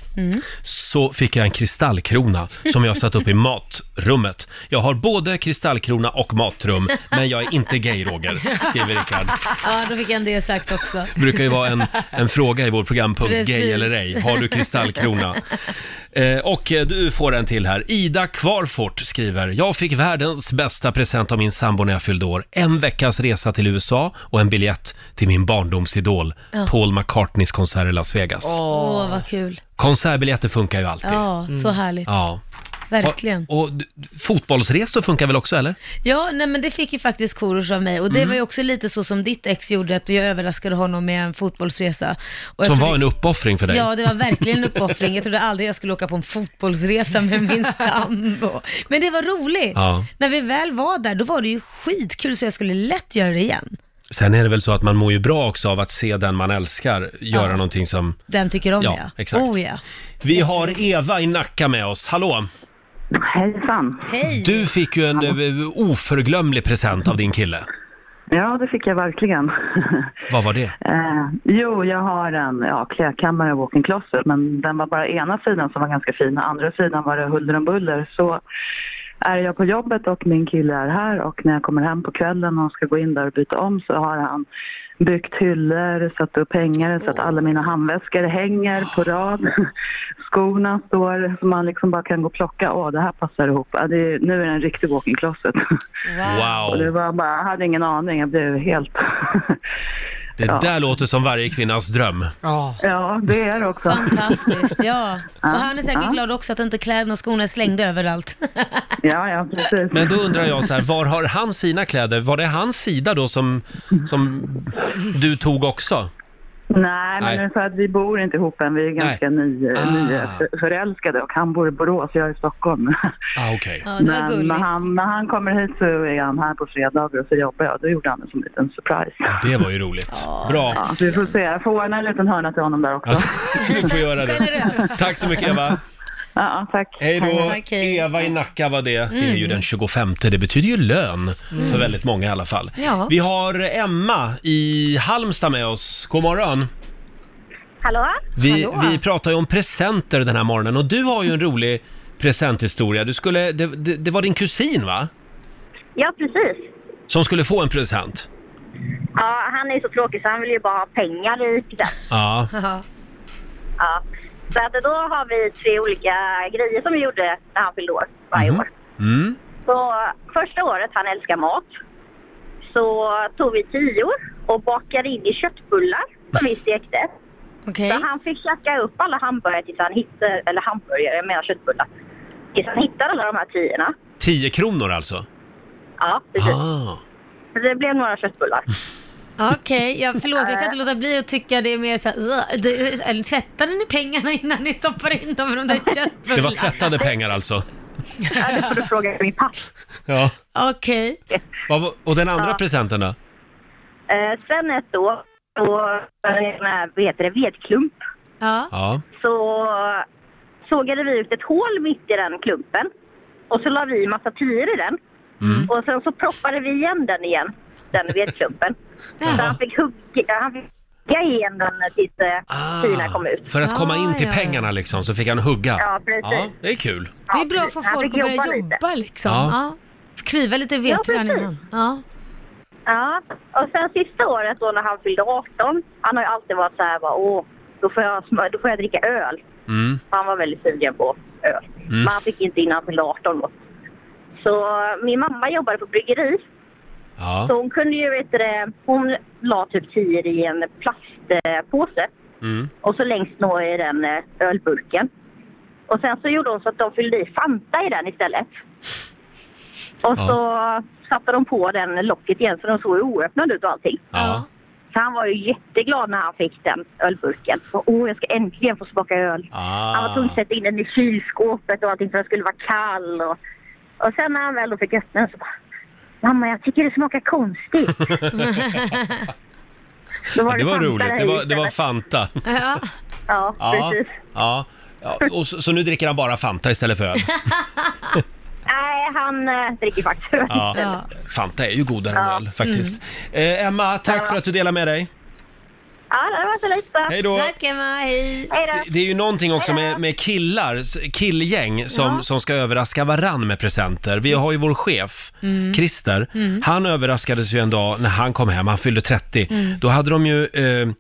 Speaker 1: så fick jag en kristallkrona som jag satt upp i matrummet. Jag har både kristallkrona och matrum, men jag är inte gay, Roger, skriver Rickard.
Speaker 2: Ja, då fick jag en del sagt också.
Speaker 1: Det brukar ju vara en fråga i vår programpunkt, gay eller ej. Har du kristallkrona? Och du får en till här. Ida Kvarfort skriver, jag fick världens bästa present av min sambo när jag fyllde år. En veckas resa till USA och en biljett till min barndomsidol, Paul McCartneys konsert i Las Vegas.
Speaker 2: Åh, vad kul.
Speaker 1: Konsertbiljetter funkar ju alltid.
Speaker 2: Ja, så härligt.
Speaker 1: Ja.
Speaker 2: Verkligen.
Speaker 1: Och fotbollsresor funkar väl också, eller?
Speaker 2: Ja, nej, men det fick ju faktiskt Korosh av mig. Och det var ju också lite så som ditt ex gjorde, att vi överraskade honom med en fotbollsresa. Och
Speaker 1: som var en uppoffring för dig.
Speaker 2: Ja, det var verkligen en uppoffring. Jag trodde aldrig jag skulle åka på en fotbollsresa med min sambo. Men det var roligt. Ja. När vi väl var där, då var det ju skitkul, så jag skulle lätt göra det igen.
Speaker 1: Sen är det väl så att man mår ju bra också av att se den man älskar göra någonting som...
Speaker 2: Den tycker om, ja.
Speaker 1: Exakt. Vi har Eva i Nacka med oss. Hallå!
Speaker 11: Hejsan.
Speaker 2: Hej.
Speaker 1: Du fick ju en oförglömlig present av din kille.
Speaker 11: Ja, det fick jag verkligen.
Speaker 1: Vad var det?
Speaker 11: Jo, jag har en klädkammare och walk-in closet, men den var bara ena sidan som var ganska fin, andra sidan var det huller om buller. Så är jag på jobbet och min kille är här, och när jag kommer hem på kvällen och ska gå in där och byta om, så har han byggt hyllor, satt upp hängare så att alla mina handväskor hänger på rad. Skorna står så man liksom bara kan gå och plocka. Det här passar ihop. Nu är det en riktig walk-in closet.
Speaker 1: Wow.
Speaker 11: Och det var bara, jag hade ingen aning, jag blev helt...
Speaker 1: Det där låter som varje kvinnas dröm.
Speaker 11: Ja, det är det också.
Speaker 2: Fantastiskt, ja. Och han är säkert glad också att inte kläderna och skorna är slängda överallt.
Speaker 11: Ja, precis.
Speaker 1: Men då undrar jag så här, var har han sina kläder? Var det hans sida då som du tog också?
Speaker 11: Nej, men det är så att vi bor inte ihop än. Vi är ganska förälskade, och han bor i Borås och jag är i Stockholm.
Speaker 1: Okej.
Speaker 2: Ja, det var gulligt.
Speaker 11: När han kommer hit så är han här på fredagar och så jobbar jag. Då gjorde han det som en liten surprise.
Speaker 1: Det var ju roligt. Bra.
Speaker 11: Ja, så vi får se. Jag får ordna en liten hörna till honom där också.
Speaker 1: Alltså, du får göra det. Tack så mycket, Eva.
Speaker 11: Ja, tack.
Speaker 1: Hej då.
Speaker 2: Tack, hej.
Speaker 1: Eva i Nacka var det. Det är ju den 25. Det betyder ju lön för väldigt många i alla fall.
Speaker 2: Ja.
Speaker 1: Vi har Emma i Halmstad med oss. God morgon.
Speaker 12: Hallå?
Speaker 1: Vi pratar ju om presenter den här morgonen, och du har ju en rolig presenthistoria. Det var din kusin, va?
Speaker 12: Ja, precis.
Speaker 1: Som skulle få en present.
Speaker 12: Ja, han är så tråkig så han vill ju bara ha pengar i present.
Speaker 1: Ja.
Speaker 12: Ja. Så att då har vi 3 olika grejer som vi gjorde när han fyllde år varje år.
Speaker 1: Mm.
Speaker 12: Så första året, han älskar mat, så tog vi 10 och bakade in i köttbullar som vi stekte.
Speaker 2: Okay.
Speaker 12: Så han fick käka upp alla hamburgare tills han hittade, eller hamburgare, jag menar köttbullar. Tills han hittade alla de här 10:orna.
Speaker 1: 10 kronor alltså?
Speaker 12: Ja, precis.
Speaker 1: Ah.
Speaker 12: Så det blev några köttbullar.
Speaker 2: Okej, förlåt, jag kan inte låta bli att tycka det är mer så här, tvättade ni pengarna innan ni stoppar in dem i de där köttbullarna?
Speaker 1: Det var tvättade pengar alltså?
Speaker 12: Ja, det får du fråga min pass.
Speaker 1: Ja.
Speaker 2: Okej.
Speaker 1: Och den andra presenten då?
Speaker 12: Sen ett år, vedklump.
Speaker 2: Ja.
Speaker 12: Så sågade vi ut ett hål mitt i den klumpen. Och så la vi en massa 10 i den.
Speaker 1: Mm.
Speaker 12: Och sen så proppade vi igen den vedklumpen. Så han fick hugga igen den tills 10 kom ut.
Speaker 1: För att komma in till pengarna liksom, så fick han hugga.
Speaker 12: Ja, precis.
Speaker 1: Ja, det är kul.
Speaker 2: Det är bra för folk att börja jobba liksom. Ja. Kriva lite vedträn innan.
Speaker 12: Ja, och sen sista året då när han fyllde 18, han har ju alltid varit så här, då får jag dricka öl.
Speaker 1: Mm.
Speaker 12: Han var väldigt sugen på öl.
Speaker 1: Mm.
Speaker 12: Men han fick inte innan han fyllde 18 då. Så min mamma jobbade på bryggeri.
Speaker 1: Ja.
Speaker 12: Så hon kunde ju, hon la typ 10 i en plastpåse.
Speaker 1: Mm.
Speaker 12: Och så längst ner i den ölburken. Och sen så gjorde hon så att de fyllde i Fanta i den istället. Och så satte de på den locket igen så den såg oöppnad ut och allting.
Speaker 1: Ja.
Speaker 12: Så han var ju jätteglad när han fick den ölburken. Och jag ska äntligen få smaka öl. Han var tvungen att sätta in den i kylskåpet och allting för att den skulle vara kall. Och sen när han väl då fick öppna den så bara, mamma, jag tycker det smakar konstigt.
Speaker 1: Det var roligt, det var Fanta.
Speaker 12: Ja, precis.
Speaker 1: Ja. Och så nu dricker han bara Fanta istället för öl.
Speaker 12: Nej, han dricker faktiskt öl.
Speaker 1: Ja. Fanta är ju godare än öl faktiskt. Emma, tack för att du delar med dig.
Speaker 12: Ja, det var så lite.
Speaker 1: Hej då.
Speaker 2: Tack Emma, hej.
Speaker 1: Det är ju någonting också med killgäng som ska överraska varann med presenter. Vi har ju vår chef, Christer. Han överraskades ju en dag när han kom hem, han fyllde 30. Då hade de ju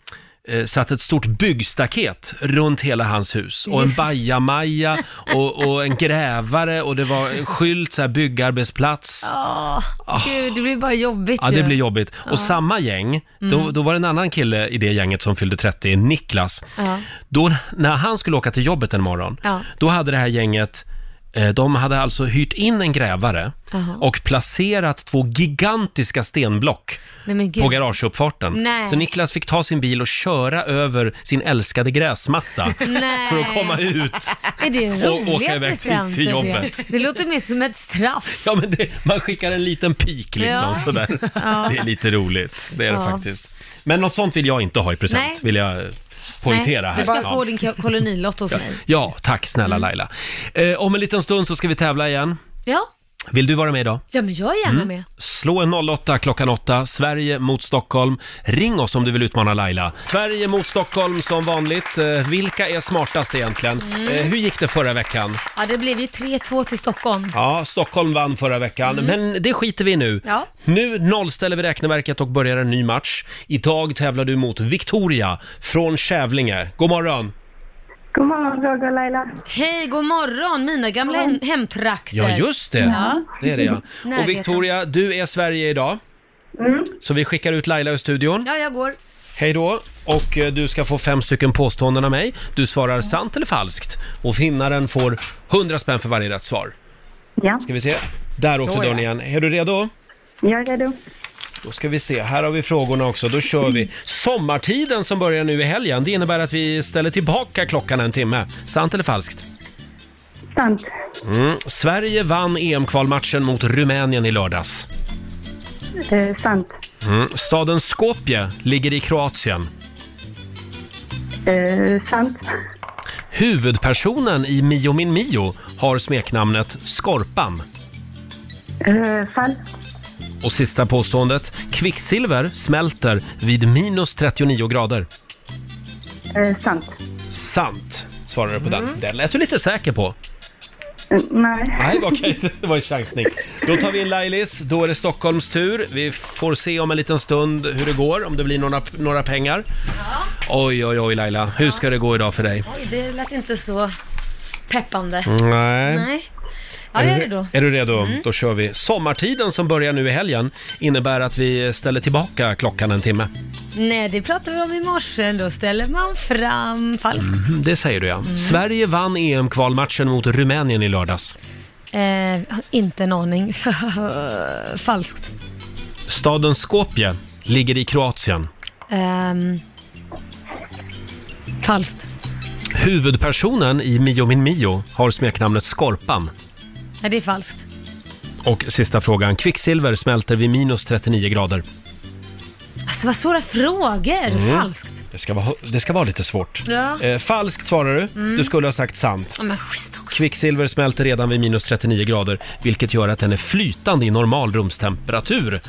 Speaker 1: satt ett stort byggstaket runt hela hans hus. Och en bajamaja och en grävare och det var en skylt, så här, byggarbetsplats.
Speaker 2: Gud, det blir bara jobbigt.
Speaker 1: Ja, det blir jobbigt. Och samma gäng, då var det en annan kille i det gänget som fyllde 30, Niklas. Då, när han skulle åka till jobbet en morgon, då hade det här gänget, de hade alltså hyrt in en grävare och placerat 2 gigantiska stenblock på garageuppfarten. Så Niklas fick ta sin bil och köra över sin älskade gräsmatta för att komma ut
Speaker 2: är det
Speaker 1: och åka iväg till jobbet.
Speaker 2: Det låter mer som ett straff.
Speaker 1: Ja, men man skickar en liten pik liksom sådär. Det är lite roligt, det är det faktiskt. Men något sånt vill jag inte ha i present, vill jag poängtera här.
Speaker 2: Du ska få din kolonilott hos mig.
Speaker 1: Ja, tack snälla Laila. Om en liten stund så ska vi tävla igen.
Speaker 2: Ja.
Speaker 1: Vill du vara med idag?
Speaker 2: Ja, men jag är gärna med.
Speaker 1: Slå en 08 klockan 8, Sverige mot Stockholm. Ring oss om du vill utmana Laila. Sverige mot Stockholm som vanligt. Vilka är smartast egentligen? Hur gick det förra veckan?
Speaker 2: Ja, det blev ju 3-2 till Stockholm.
Speaker 1: Ja, Stockholm vann förra veckan, men det skiter vi nu.
Speaker 2: Ja.
Speaker 1: Nu nollställer vi räkneverket och börjar en ny match. Idag tävlar du mot Victoria från Kävlinge. God morgon!
Speaker 10: God morgon, Roger och Laila.
Speaker 2: Hej, god morgon, mina gamla hemtrakter.
Speaker 1: Ja, just det.
Speaker 2: Ja.
Speaker 1: Det är det, ja. Och Victoria, du är Sverige idag. Så vi skickar ut Laila ur studion.
Speaker 2: Ja, jag går.
Speaker 1: Hej då. Och du ska få 5 stycken påståenden av mig. Du svarar sant eller falskt. Och vinnaren får 100 spänn för varje rätt svar.
Speaker 10: Ja.
Speaker 1: Ska vi se. Där åkte dörren igen. Är du redo?
Speaker 10: Jag är redo.
Speaker 1: Då ska vi se, här har vi frågorna också, då kör vi. Sommartiden som börjar nu i helgen, det innebär att vi ställer tillbaka klockan en timme. Sant eller falskt?
Speaker 10: Sant.
Speaker 1: Sverige vann EM-kvalmatchen mot Rumänien i lördags.
Speaker 10: Sant.
Speaker 1: Staden Skopje ligger i Kroatien.
Speaker 10: Sant.
Speaker 1: Huvudpersonen i Mio min Mio har smeknamnet Skorpan.
Speaker 10: Falskt.
Speaker 1: Och sista påståendet, kvicksilver smälter vid minus 39 grader.
Speaker 10: Sant.
Speaker 1: Sant, svarar du på den. Den lät du lite säker på.
Speaker 10: Nej,
Speaker 1: okej, det var en chansning. Då tar vi in Lailis, då är det Stockholms tur. Vi får se om en liten stund hur det går, om det blir några pengar. Oj Laila, hur ska det gå idag för dig?
Speaker 2: Oj, det lät inte så peppande.
Speaker 1: Nej.
Speaker 2: Ja, jag är redo.
Speaker 1: Är du redo? Då kör vi. Sommartiden som börjar nu i helgen innebär att vi ställer tillbaka klockan en timme.
Speaker 2: Nej, det pratade vi om i morse. Då ställer man fram falskt.
Speaker 1: Det säger du, ja. Sverige vann EM-kvalmatchen mot Rumänien i lördags.
Speaker 2: Inte en aning. Falskt.
Speaker 1: Staden Skopje ligger i Kroatien.
Speaker 2: Falskt.
Speaker 1: Huvudpersonen i Mio min Mio har smeknamnet Skorpan.
Speaker 2: Nej, det är falskt.
Speaker 1: Och sista frågan. Kvicksilver smälter vid minus 39 grader.
Speaker 2: Alltså, vad svåra frågor. Falskt.
Speaker 1: Det ska vara lite svårt.
Speaker 2: Ja.
Speaker 1: Falskt svarar du. Du skulle ha sagt sant.
Speaker 2: Ja, men skit också.
Speaker 1: Kvicksilver smälter redan vid minus 39 grader, vilket gör att den är flytande i normal rumstemperatur.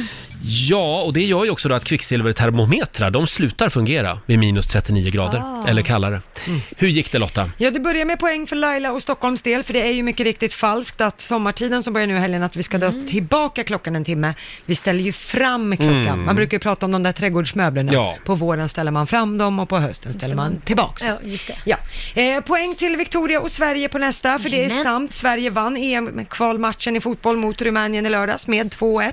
Speaker 1: Ja, och det gör ju också då att kvicksilvertermometrar, de slutar fungera vid minus 39 grader, eller kallare. Hur gick det, Lotta?
Speaker 3: Ja, det börjar med poäng för Laila och Stockholms del, för det är ju mycket riktigt falskt att sommartiden som börjar nu i helgen, att vi ska dra tillbaka klockan en timme. Vi ställer ju fram klockan. Man brukar ju prata om de där trädgårdsmöblerna.
Speaker 1: Ja.
Speaker 3: På våren ställer man fram dem och på hösten ställer man tillbaka dem.
Speaker 2: Ja, just det.
Speaker 3: Ja. Poäng till Victoria och Sverige på nästa, för det är sant. Sverige vann EM-kvalmatchen i fotboll mot Rumänien i lördags med 2-1.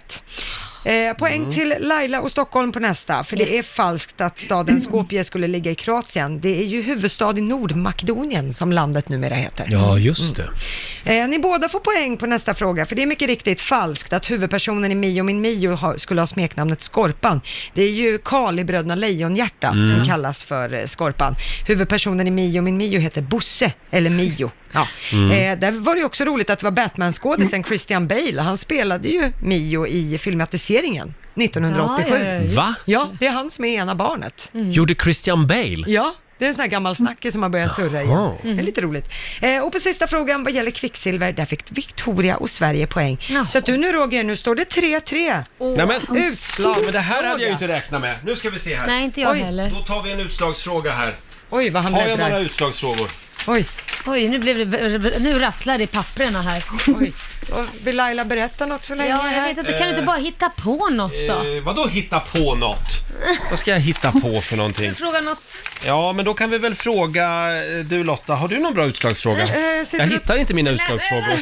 Speaker 3: Poäng till Laila och Stockholm på nästa, för det är falskt att staden Skopje skulle ligga i Kroatien. Det är ju huvudstad i Nordmakedonien som landet numera heter.
Speaker 1: Ja, just det.
Speaker 3: Ni båda får poäng på nästa fråga, för det är mycket riktigt falskt att huvudpersonen i Mio min Mio skulle ha smeknamnet Skorpan. Det är ju Karl i Bröderna Lejonhjärta som kallas för Skorpan. Huvudpersonen i Mio min Mio heter Bosse, eller Mio. Ja. Där var det ju också roligt att det var Batman-skådisen Christian Bale. Han spelade ju Mio i filmatiseringen 1987.
Speaker 1: Va?
Speaker 3: Ja, det är han som är ena barnet.
Speaker 1: Gjorde Christian Bale?
Speaker 3: Ja, det är en sån här gammal snackis som har börjat surra igen. Det är lite roligt. Och på sista frågan vad gäller kvicksilver, där fick Victoria och Sverige poäng. Så att du nu, Roger, nu står det 3-3.
Speaker 1: Nej, men,
Speaker 3: utslag.
Speaker 1: Men det här hade jag ju inte räknat med. Nu ska vi se här.
Speaker 2: Nej, inte jag heller.
Speaker 1: Då tar vi en utslagsfråga här.
Speaker 3: Oj, vad han
Speaker 1: Har jag
Speaker 3: bläddrar.
Speaker 1: några utslagsfrågor?
Speaker 3: Oj,
Speaker 2: nu rasslar det i papperna här.
Speaker 3: Oj. Vill Laila berätta något så länge?
Speaker 2: Ja, jag vet inte. Kan du inte bara hitta på något då?
Speaker 1: Vadå hitta på något? Vad ska jag hitta på för någonting?
Speaker 2: Fråga något.
Speaker 1: Ja, men då kan vi väl fråga du, Lotta, har du någon bra utslagsfråga? Jag hittar inte mina utslagsfrågor.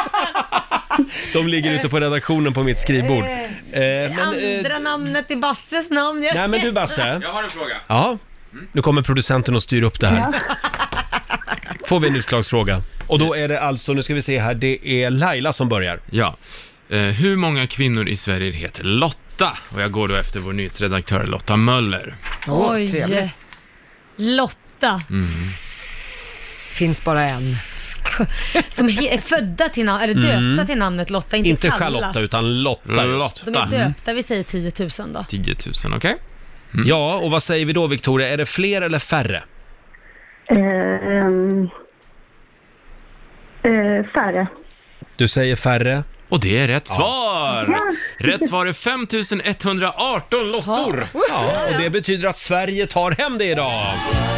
Speaker 1: De ligger ute på redaktionen på mitt skrivbord.
Speaker 2: Andra namnet i Basses namn.
Speaker 1: Nej, men du, Basse.
Speaker 8: Jag har en fråga.
Speaker 1: Ja, nu kommer producenten att styra upp det här. Får vi en utslagsfråga. Och då är det alltså, nu ska vi se här, det är Laila som börjar.
Speaker 8: Ja. Hur många kvinnor i Sverige heter Lotta? Och jag går då efter vår nyhetsredaktör Lotta Möller.
Speaker 2: Oj,
Speaker 3: trevligt.
Speaker 2: Lotta.
Speaker 3: Finns bara en.
Speaker 2: Som är födda till namn, eller döpta till namnet Lotta,
Speaker 1: inte
Speaker 2: kallas.
Speaker 1: Charlotta utan Lotta.
Speaker 2: De är döpta, vi säger 10 000 då.
Speaker 8: 10 000, okej?
Speaker 1: Ja, och vad säger vi då, Victoria? Är det fler eller färre?
Speaker 10: Färre.
Speaker 1: Du säger färre.
Speaker 8: Och det är rätt svar! Rätt svar är 5118 lottor.
Speaker 1: Ja, och det betyder att Sverige tar hem det idag.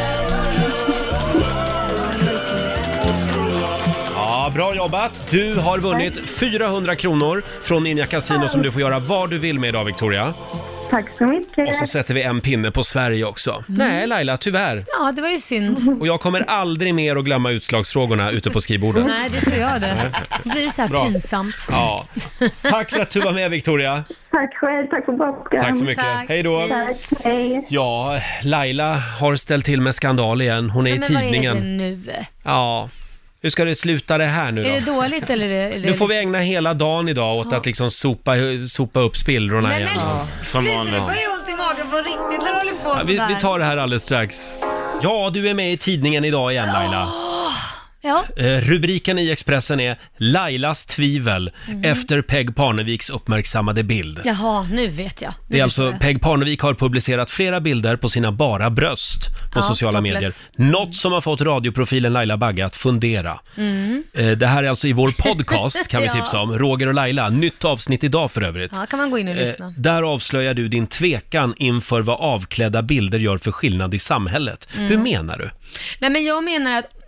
Speaker 1: Ja, bra jobbat. Du har vunnit 400 kronor från Ninja Casino som du får göra vad du vill med idag, Victoria.
Speaker 10: Tack så mycket.
Speaker 1: Och så sätter vi en pinne på Sverige också. Nej, Laila, tyvärr.
Speaker 2: Ja, det var ju synd.
Speaker 1: Och jag kommer aldrig mer att glömma utslagsfrågorna ute på skrivbordet.
Speaker 2: Nej, det tror jag det. Det blir så här
Speaker 1: Bra.
Speaker 2: pinsamt.
Speaker 1: Ja. Tack för att du var med, Victoria.
Speaker 10: Tack själv, tack för bra program.
Speaker 1: Tack så mycket.
Speaker 2: Tack.
Speaker 1: Hej då.
Speaker 10: Tack, hej.
Speaker 1: Ja, Laila har ställt till med skandal igen. Hon är i
Speaker 2: Men vad är
Speaker 1: tidningen.
Speaker 2: det nu?
Speaker 1: Ja. Hur ska det sluta det här nu då?
Speaker 2: Är det dåligt eller är det
Speaker 1: Nu får vi ägna hela dagen idag åt att liksom sopa upp spillrorna
Speaker 2: Nej,
Speaker 1: igen.
Speaker 2: men
Speaker 8: Som
Speaker 2: sluta,
Speaker 8: vanligt.
Speaker 2: det var ju ont i magen på riktigt när du håller på
Speaker 1: Ja,
Speaker 2: sådär.
Speaker 1: vi tar det här alldeles strax. Ja, du är med i tidningen idag igen, Laila.
Speaker 2: Ja.
Speaker 1: Rubriken i Expressen är Lailas tvivel efter Peg Parneviks uppmärksammade bild.
Speaker 2: Jaha, nu vet jag.
Speaker 1: Det är alltså, Peg Parnevik har publicerat flera bilder på sina bara bröst på sociala
Speaker 2: topless.
Speaker 1: medier. Något som har fått radioprofilen Laila Bagge att fundera. Det här är alltså i vår podcast, kan vi tipsa om. Roger och Laila, nytt avsnitt idag för övrigt.
Speaker 2: Ja, kan man gå in och lyssna.
Speaker 1: Där avslöjar du din tvekan inför vad avklädda bilder gör för skillnad i samhället. Hur menar du?
Speaker 2: Nej, men jag menar att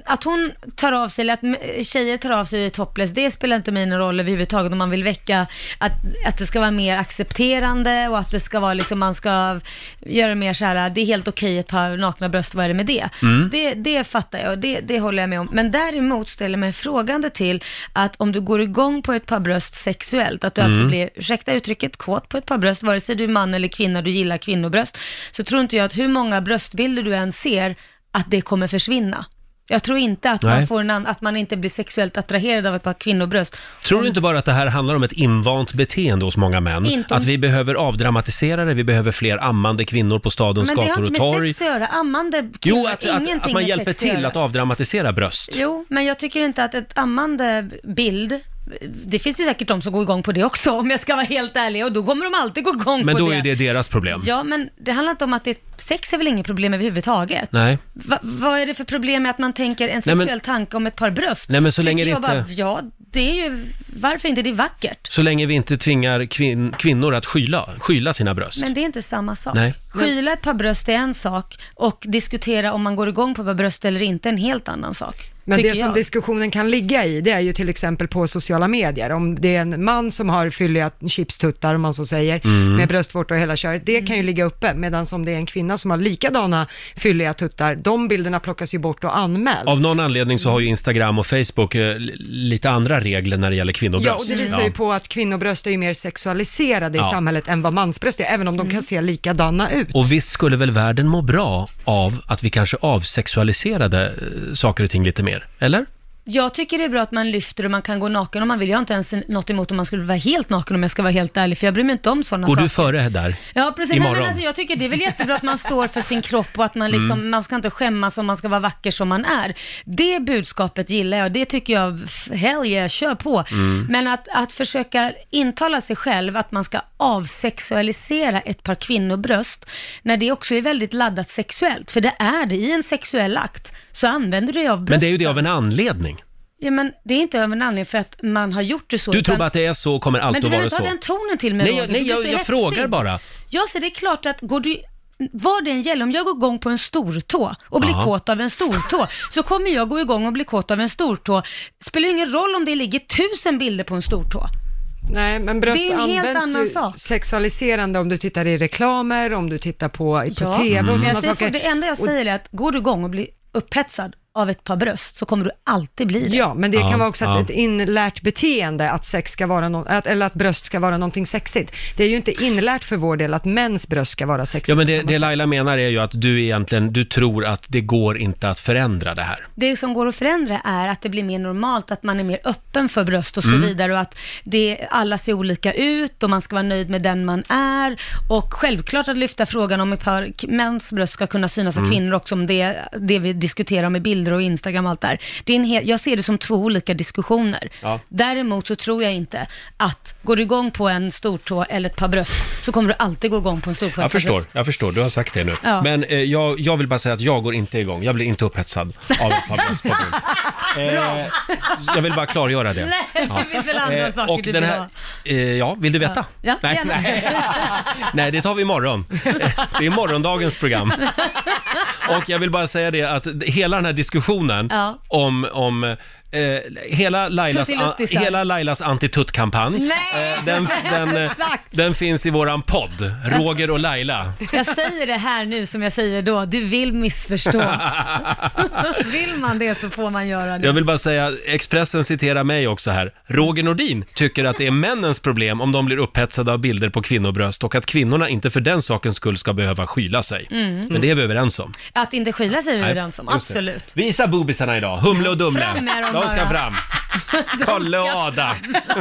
Speaker 2: att hon tar av sig, eller att tjejer tar av sig topless, det spelar inte mig någon roll överhuvudtaget om man vill väcka att det ska vara mer accepterande och att det ska vara liksom, man ska göra mer så här, det är helt okej att ha nakna bröst, vad är det med det? Det fattar jag och det håller jag med om. Men däremot ställer mig frågande till att om du går igång på ett par bröst sexuellt, att du alltså blir, ursäkta uttrycket, kåt på ett par bröst, vare sig du är man eller kvinna, du gillar kvinnobröst, så tror inte jag att hur många bröstbilder du än ser, att det kommer försvinna. Jag tror inte att man får att man inte blir sexuellt attraherad av ett par kvinnobröst.
Speaker 1: Tror du inte bara att det här handlar om ett invant beteende hos många män? Att vi behöver avdramatisera det, vi behöver fler ammande kvinnor på stadens gator och torg.
Speaker 2: Men det har inte med sex att göra, ammande kvinnor,
Speaker 1: att man hjälper till att avdramatisera bröst.
Speaker 2: Jo, men jag tycker inte att ett ammande bild, det finns ju säkert de som går igång på det också, om jag ska vara helt ärlig, och då kommer de alltid gå igång på det.
Speaker 1: Men då är det deras problem.
Speaker 2: Ja, men det handlar inte om att sex är väl inget problem överhuvudtaget.
Speaker 1: Nej.
Speaker 2: Vad är det för problem med att man tänker en sexuell tanke om ett par bröst?
Speaker 1: Nej, men så länge det inte...
Speaker 2: det är ju, varför inte, det är vackert.
Speaker 1: Så länge vi inte tvingar kvinnor att skyla sina bröst.
Speaker 2: Men det är inte samma sak.
Speaker 1: Nej.
Speaker 2: Skyla ett par bröst är en sak, och diskutera om man går igång på ett par bröst eller inte en helt annan sak.
Speaker 3: Men det som diskussionen kan ligga i, det är ju till exempel på sociala medier. Om det är en man som har fylliga chipstuttar, om man så säger, med bröstvårtor och hela köret, det kan ju ligga uppe. Medan om det är en kvinna som har likadana fylliga tuttar, de bilderna plockas ju bort och anmäls.
Speaker 1: Av någon anledning så har ju Instagram och Facebook lite andra regler när det gäller kvinnobröst.
Speaker 3: Ja, och det visar ju på att kvinnobröst är ju mer sexualiserade i samhället än vad mansbröst är, även om de kan se likadana ut.
Speaker 1: Och visst skulle väl världen må bra av att vi kanske avsexualiserade saker och ting lite mer, eller?
Speaker 2: Jag tycker det är bra att man lyfter och man kan gå naken om man vill. Jag har inte ens något emot om man skulle vara helt naken, om jag ska vara helt ärlig, för jag bryr mig inte om sådana saker.
Speaker 1: Går du före där?
Speaker 2: Ja, precis.
Speaker 1: Imorgon?
Speaker 2: Nej, men alltså, jag tycker det är väl jättebra att man står för sin kropp och att man liksom, man ska inte skämmas om man ska vara vacker som man är. Det budskapet gillar jag, det tycker jag, hell yeah, kör på. Men att försöka intala sig själv att man ska avsexualisera ett par kvinnobröst, när det också är väldigt laddat sexuellt, för det är det, i en sexuell akt så använder du dig av brösten.
Speaker 1: Men det är ju det av en anledning.
Speaker 2: Ja, men det är inte av en anledning för att man har gjort det så.
Speaker 1: Du tror bara att det är så och kommer alltid att vara så.
Speaker 2: Men du behöver inte ha den tonen till mig.
Speaker 1: Nej, jag frågar bara.
Speaker 2: Ja, så det är klart att vad det än gäller, om jag går igång på en stortå och blir kåt av en stortå, så kommer jag gå igång och bli kåt av en stortå. Spelar ingen roll om det ligger 1000 bilder på en stortå.
Speaker 3: Nej, men bröst
Speaker 2: det är en helt annan sak.
Speaker 3: Sexualiserande om du tittar i reklamer, om du tittar på TV och sådana saker.
Speaker 2: Det enda jag säger är att går du igång och blir upphetsad av ett par bröst, så kommer du alltid bli det.
Speaker 3: Ja, men det kan vara också ett inlärt beteende att sex ska vara eller att bröst ska vara någonting sexigt. Det är ju inte inlärt för vår del att mäns bröst ska vara sexigt.
Speaker 1: Ja, men det Laila menar är ju att du tror att det går inte att förändra det här.
Speaker 2: Det som går att förändra är att det blir mer normalt, att man är mer öppen för bröst och så vidare, och att alla ser olika ut och man ska vara nöjd med den man är, och självklart att lyfta frågan om ett par mäns bröst ska kunna synas av kvinnor också, om det vi diskuterar med bilder och Instagram och allt där. Jag ser det som 2 olika diskussioner. Ja. Däremot så tror jag inte att går du igång på en stortå eller ett par bröst, så kommer du alltid gå igång på en stortå.
Speaker 1: Jag förstår, du har sagt det nu. Ja. Men jag vill bara säga att jag går inte igång. Jag blir inte upphetsad av ett par bröst på bild. Jag vill bara klargöra det.
Speaker 2: Nej, det finns väl andra saker
Speaker 1: och du vill ha. Vill du veta?
Speaker 2: Ja.
Speaker 1: Nej, det tar vi imorgon. Det är morgondagens program. Och jag vill bara säga det att hela den här diskussionen om hela Lailas antitutt-kampanj, den finns i våran podd, Roger och Laila.
Speaker 2: Jag säger det här nu som jag säger då, du vill missförstå. Vill man det så får man göra det.
Speaker 1: Jag vill bara säga, Expressen citerar mig också här. Roger Nordin tycker att det är männens problem om de blir upphetsade av bilder på kvinnobröst, och att kvinnorna inte för den sakens skull ska behöva skyla sig. Men det är vi överens om.
Speaker 2: Att inte skyla sig är vi överens om, absolut.
Speaker 1: Visa boobisarna idag, Humle och Dumle. De ska fram. Kalle och Ada.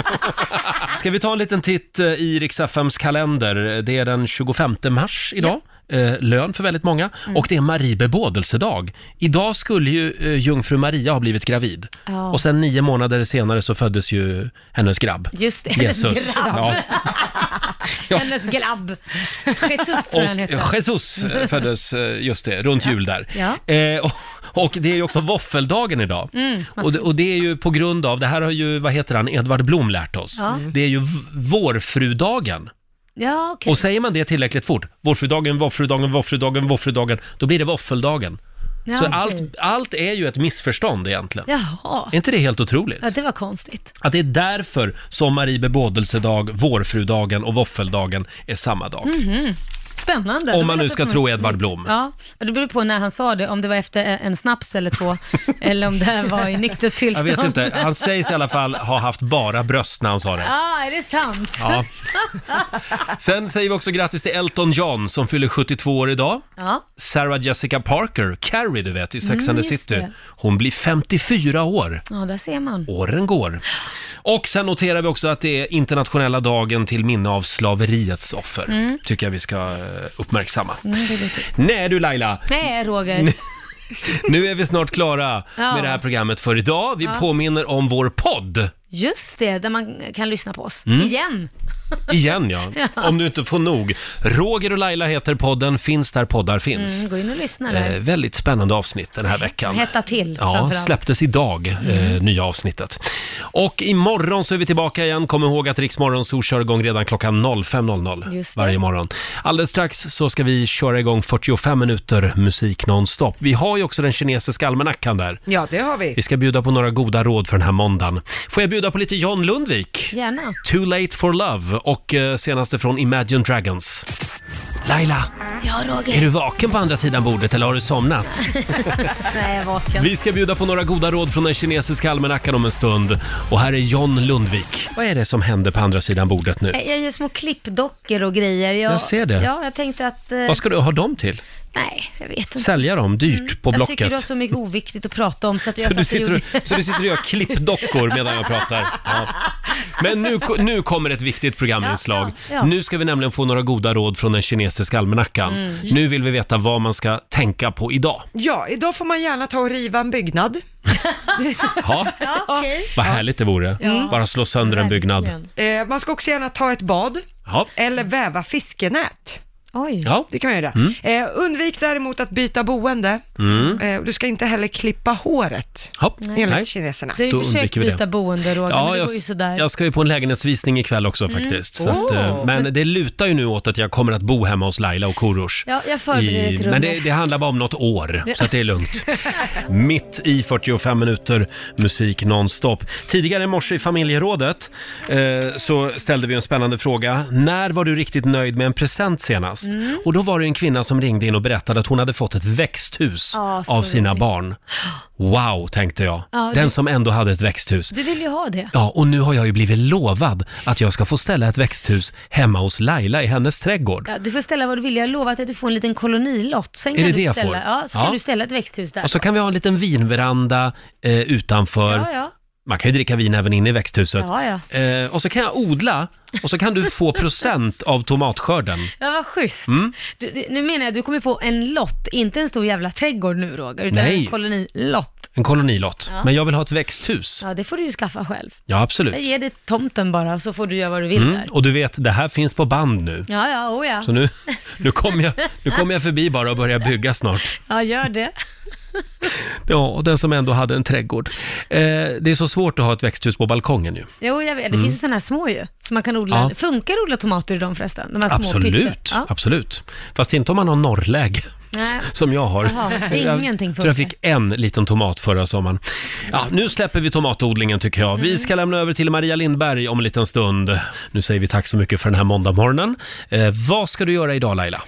Speaker 1: Ska vi ta en liten titt i Rix FMs kalender. Det är den 25 mars idag. Lön för väldigt många. Och det är Marie bebådelsedag. Idag skulle ju jungfru Maria ha blivit gravid. Och sen 9 månader senare så föddes ju hennes grabb.
Speaker 2: Just det,
Speaker 1: Jesus.
Speaker 2: hennes grabb.
Speaker 1: Ja.
Speaker 2: Hennes grabb. Jesus tror jag han heter.
Speaker 1: Jesus föddes just det, runt jul där.
Speaker 2: Ja.
Speaker 1: Och det är ju också våffeldagen idag. Och det är ju på grund av, det här har ju, vad heter han, Edvard Blom lärt oss. Det är ju vårfrudagen.
Speaker 2: Ja, okay.
Speaker 1: Och säger man det tillräckligt fort, vårfrudagen, då blir det våffeldagen. Så allt är ju ett missförstånd egentligen.
Speaker 2: Jaha.
Speaker 1: Är inte det helt otroligt?
Speaker 2: Ja, det var konstigt.
Speaker 1: Att det är därför som Marie bebådelsedag, vårfrudagen och våffeldagen är samma dag.
Speaker 2: Spännande.
Speaker 1: Om man nu ska tro Edvard Blom.
Speaker 2: Ja, och det beror på när han sa det, om det var efter en snaps eller 2, eller om det var i nyktert tillstånd.
Speaker 1: Jag vet inte, han sägs i alla fall ha haft bara bröst när han sa det.
Speaker 2: Ja, är det sant?
Speaker 1: Ja. Sen säger vi också grattis till Elton John som fyller 72 år idag.
Speaker 2: Ja.
Speaker 1: Sarah Jessica Parker, Carrie du vet, i Sex and the City.
Speaker 2: det.
Speaker 1: Hon blir 54 år.
Speaker 2: Ja, där ser man.
Speaker 1: Åren går. Och sen noterar vi också att det är internationella dagen till minne av slaveriets offer. Tycker jag vi ska uppmärksamma. Nej du Laila.
Speaker 2: Nej Roger.
Speaker 1: Nu är vi snart klara med det här programmet för idag. Vi påminner om vår podd.
Speaker 2: Just det, där man kan lyssna på oss.
Speaker 1: Igen ja, om du inte får nog. Roger och Laila heter podden, finns där poddar finns.
Speaker 2: Gå in och lyssna där.
Speaker 1: Väldigt spännande avsnitt den här veckan.
Speaker 2: Hetta till.
Speaker 1: Ja, släpptes idag, nya avsnittet. Och imorgon så är vi tillbaka igen. Kom ihåg att Rix Morgonzoo kör igång redan klockan 05.00 varje morgon. Alldeles strax så ska vi köra igång 45 minuter musik nonstop. Vi har ju också den kinesiska almanackan där.
Speaker 3: Ja, det har vi.
Speaker 1: Vi ska bjuda på några goda råd för den här måndagen. Får jag bjuda på lite John Lundvik?
Speaker 2: Gärna.
Speaker 1: Too Late for Love och senaste från Imagine Dragons. Laila,
Speaker 2: ja, Roger.
Speaker 1: Är du vaken på andra sidan bordet eller har du somnat?
Speaker 2: Nej, jag är vaken.
Speaker 1: Vi ska bjuda på några goda råd från den kinesiska almanackan om en stund. Och här är John Lundvik. Vad är det som händer på andra sidan bordet nu?
Speaker 2: Jag gör små klippdockor och grejer.
Speaker 1: Jag ser det.
Speaker 2: Ja, jag tänkte att...
Speaker 1: Vad ska du ha dem till?
Speaker 2: Nej, jag vet inte.
Speaker 1: Sälja dem dyrt på Blocket.
Speaker 2: Jag tycker det är så mycket oviktigt att prata om så att jag
Speaker 1: så du sitter och gör klippdockor medan jag pratar. Ja. Men nu kommer ett viktigt programinslag.
Speaker 2: Ja.
Speaker 1: Nu ska vi nämligen få några goda råd från den kinesiska almanackan. Nu vill vi veta vad man ska tänka på idag.
Speaker 3: Ja, idag får man gärna ta och riva en byggnad.
Speaker 1: Ja,
Speaker 2: okay.
Speaker 1: Vad härligt det vore. Bara slå sönder en byggnad.
Speaker 3: Man ska också gärna ta ett bad. Eller väva fiskenät.
Speaker 2: Oj.
Speaker 1: Ja.
Speaker 3: Det kan man göra. Undvik däremot att byta boende. Du ska inte heller klippa håret. Enligt kineserna.
Speaker 2: Du har ju försökt byta boende, Roger, men det går ju sådär.
Speaker 1: Jag ska ju på en lägenhetsvisning ikväll också faktiskt. Så att, men det lutar ju nu åt att jag kommer att bo hemma hos Laila och Korosh.
Speaker 2: Ja, jag förbereder ett rum.
Speaker 1: Men det handlar bara om något år, så att det är lugnt. Mitt i 45 minuter musik nonstop. Tidigare i morse i familjerådet så ställde vi en spännande fråga. När var du riktigt nöjd med en present senast? Och då var det en kvinna som ringde in och berättade att hon hade fått ett växthus av sina barn. Wow, tänkte jag. Den som ändå hade ett växthus.
Speaker 2: Du vill ju ha det.
Speaker 1: Ja, och nu har jag ju blivit lovad att jag ska få ställa ett växthus hemma hos Laila i hennes trädgård.
Speaker 2: Ja, du får ställa vad du vill. Jag har lovat att du får en liten kolonilott. Sen
Speaker 1: är
Speaker 2: kan
Speaker 1: det
Speaker 2: du
Speaker 1: jag
Speaker 2: ställa,
Speaker 1: får?
Speaker 2: Ja, så kan du ställa ett växthus där.
Speaker 1: Och så kan vi ha en liten vinveranda utanför.
Speaker 2: Ja.
Speaker 1: Man kan ju dricka vin även inne i växthuset.
Speaker 2: Ja.
Speaker 1: Och så kan jag odla och så kan du få procent av tomatskörden.
Speaker 2: Ja, vad schysst. Nu menar jag att du kommer få en lott, inte en stor jävla trädgård nu, Roger, utan en kolonilott.
Speaker 1: En kolonilott. Ja. Men jag vill ha ett växthus.
Speaker 2: Ja, det får du ju skaffa själv.
Speaker 1: Ja, absolut.
Speaker 2: Jag ger dig tomten bara, så får du göra vad du vill där.
Speaker 1: Och du vet, det här finns på band nu.
Speaker 2: Ja.
Speaker 1: Så nu kommer jag förbi bara och börjar bygga snart.
Speaker 2: Ja, gör det.
Speaker 1: Ja, och den som ändå hade en trädgård. Det är så svårt att ha ett växthus på balkongen ju.
Speaker 2: Jo, jag vet. Det finns ju sådana här små ju, som man kan odla. Ja. Funkar att odla tomater i dem förresten? De här
Speaker 1: absolut,
Speaker 2: små
Speaker 1: absolut. Fast inte om man har norrläge.
Speaker 2: Nej.
Speaker 1: Som jag har.
Speaker 2: Jaha, ingenting funkar.
Speaker 1: Jag fick en liten tomat förra sommaren. Ja, nu släpper vi tomatodlingen tycker jag. Vi ska lämna över till Maria Lindberg om en liten stund. Nu säger vi tack så mycket för den här måndagmorgonen. Vad ska du göra idag, Laila?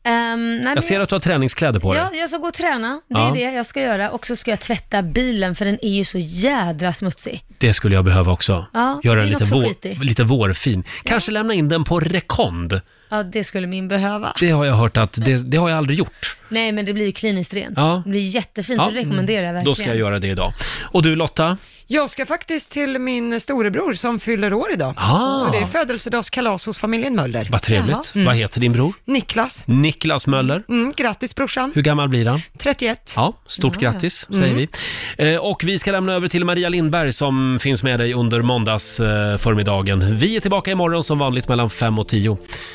Speaker 1: Jag ser att du har träningskläder på dig.
Speaker 2: Ja, jag ska gå och träna. Det är det jag ska göra. Och så ska jag tvätta bilen, för den är ju så jädra smutsig.
Speaker 1: Det skulle jag behöva också.
Speaker 2: Ja,
Speaker 1: göra den lite vårfin. Kanske lämna in den på rekond.
Speaker 2: Ja, det skulle min behöva.
Speaker 1: Det har jag hört att det har jag aldrig gjort.
Speaker 2: Nej, men det blir kliniskt rent.
Speaker 1: Ja.
Speaker 2: Det blir jättefint, så det rekommenderar jag verkligen.
Speaker 1: Då ska jag göra det idag. Och du, Lotta?
Speaker 3: Jag ska faktiskt till min storebror som fyller år idag. Så det är födelsedagskalas hos familjen Möller.
Speaker 1: Vad trevligt. Vad heter din bror?
Speaker 3: Niklas.
Speaker 1: Niklas Möller.
Speaker 3: Grattis brorsan.
Speaker 1: Hur gammal blir han?
Speaker 3: 31.
Speaker 1: Ja, stort grattis säger vi. Och vi ska lämna över till Maria Lindberg som finns med dig under måndags förmiddagen. Vi är tillbaka imorgon som vanligt mellan 5 och 10.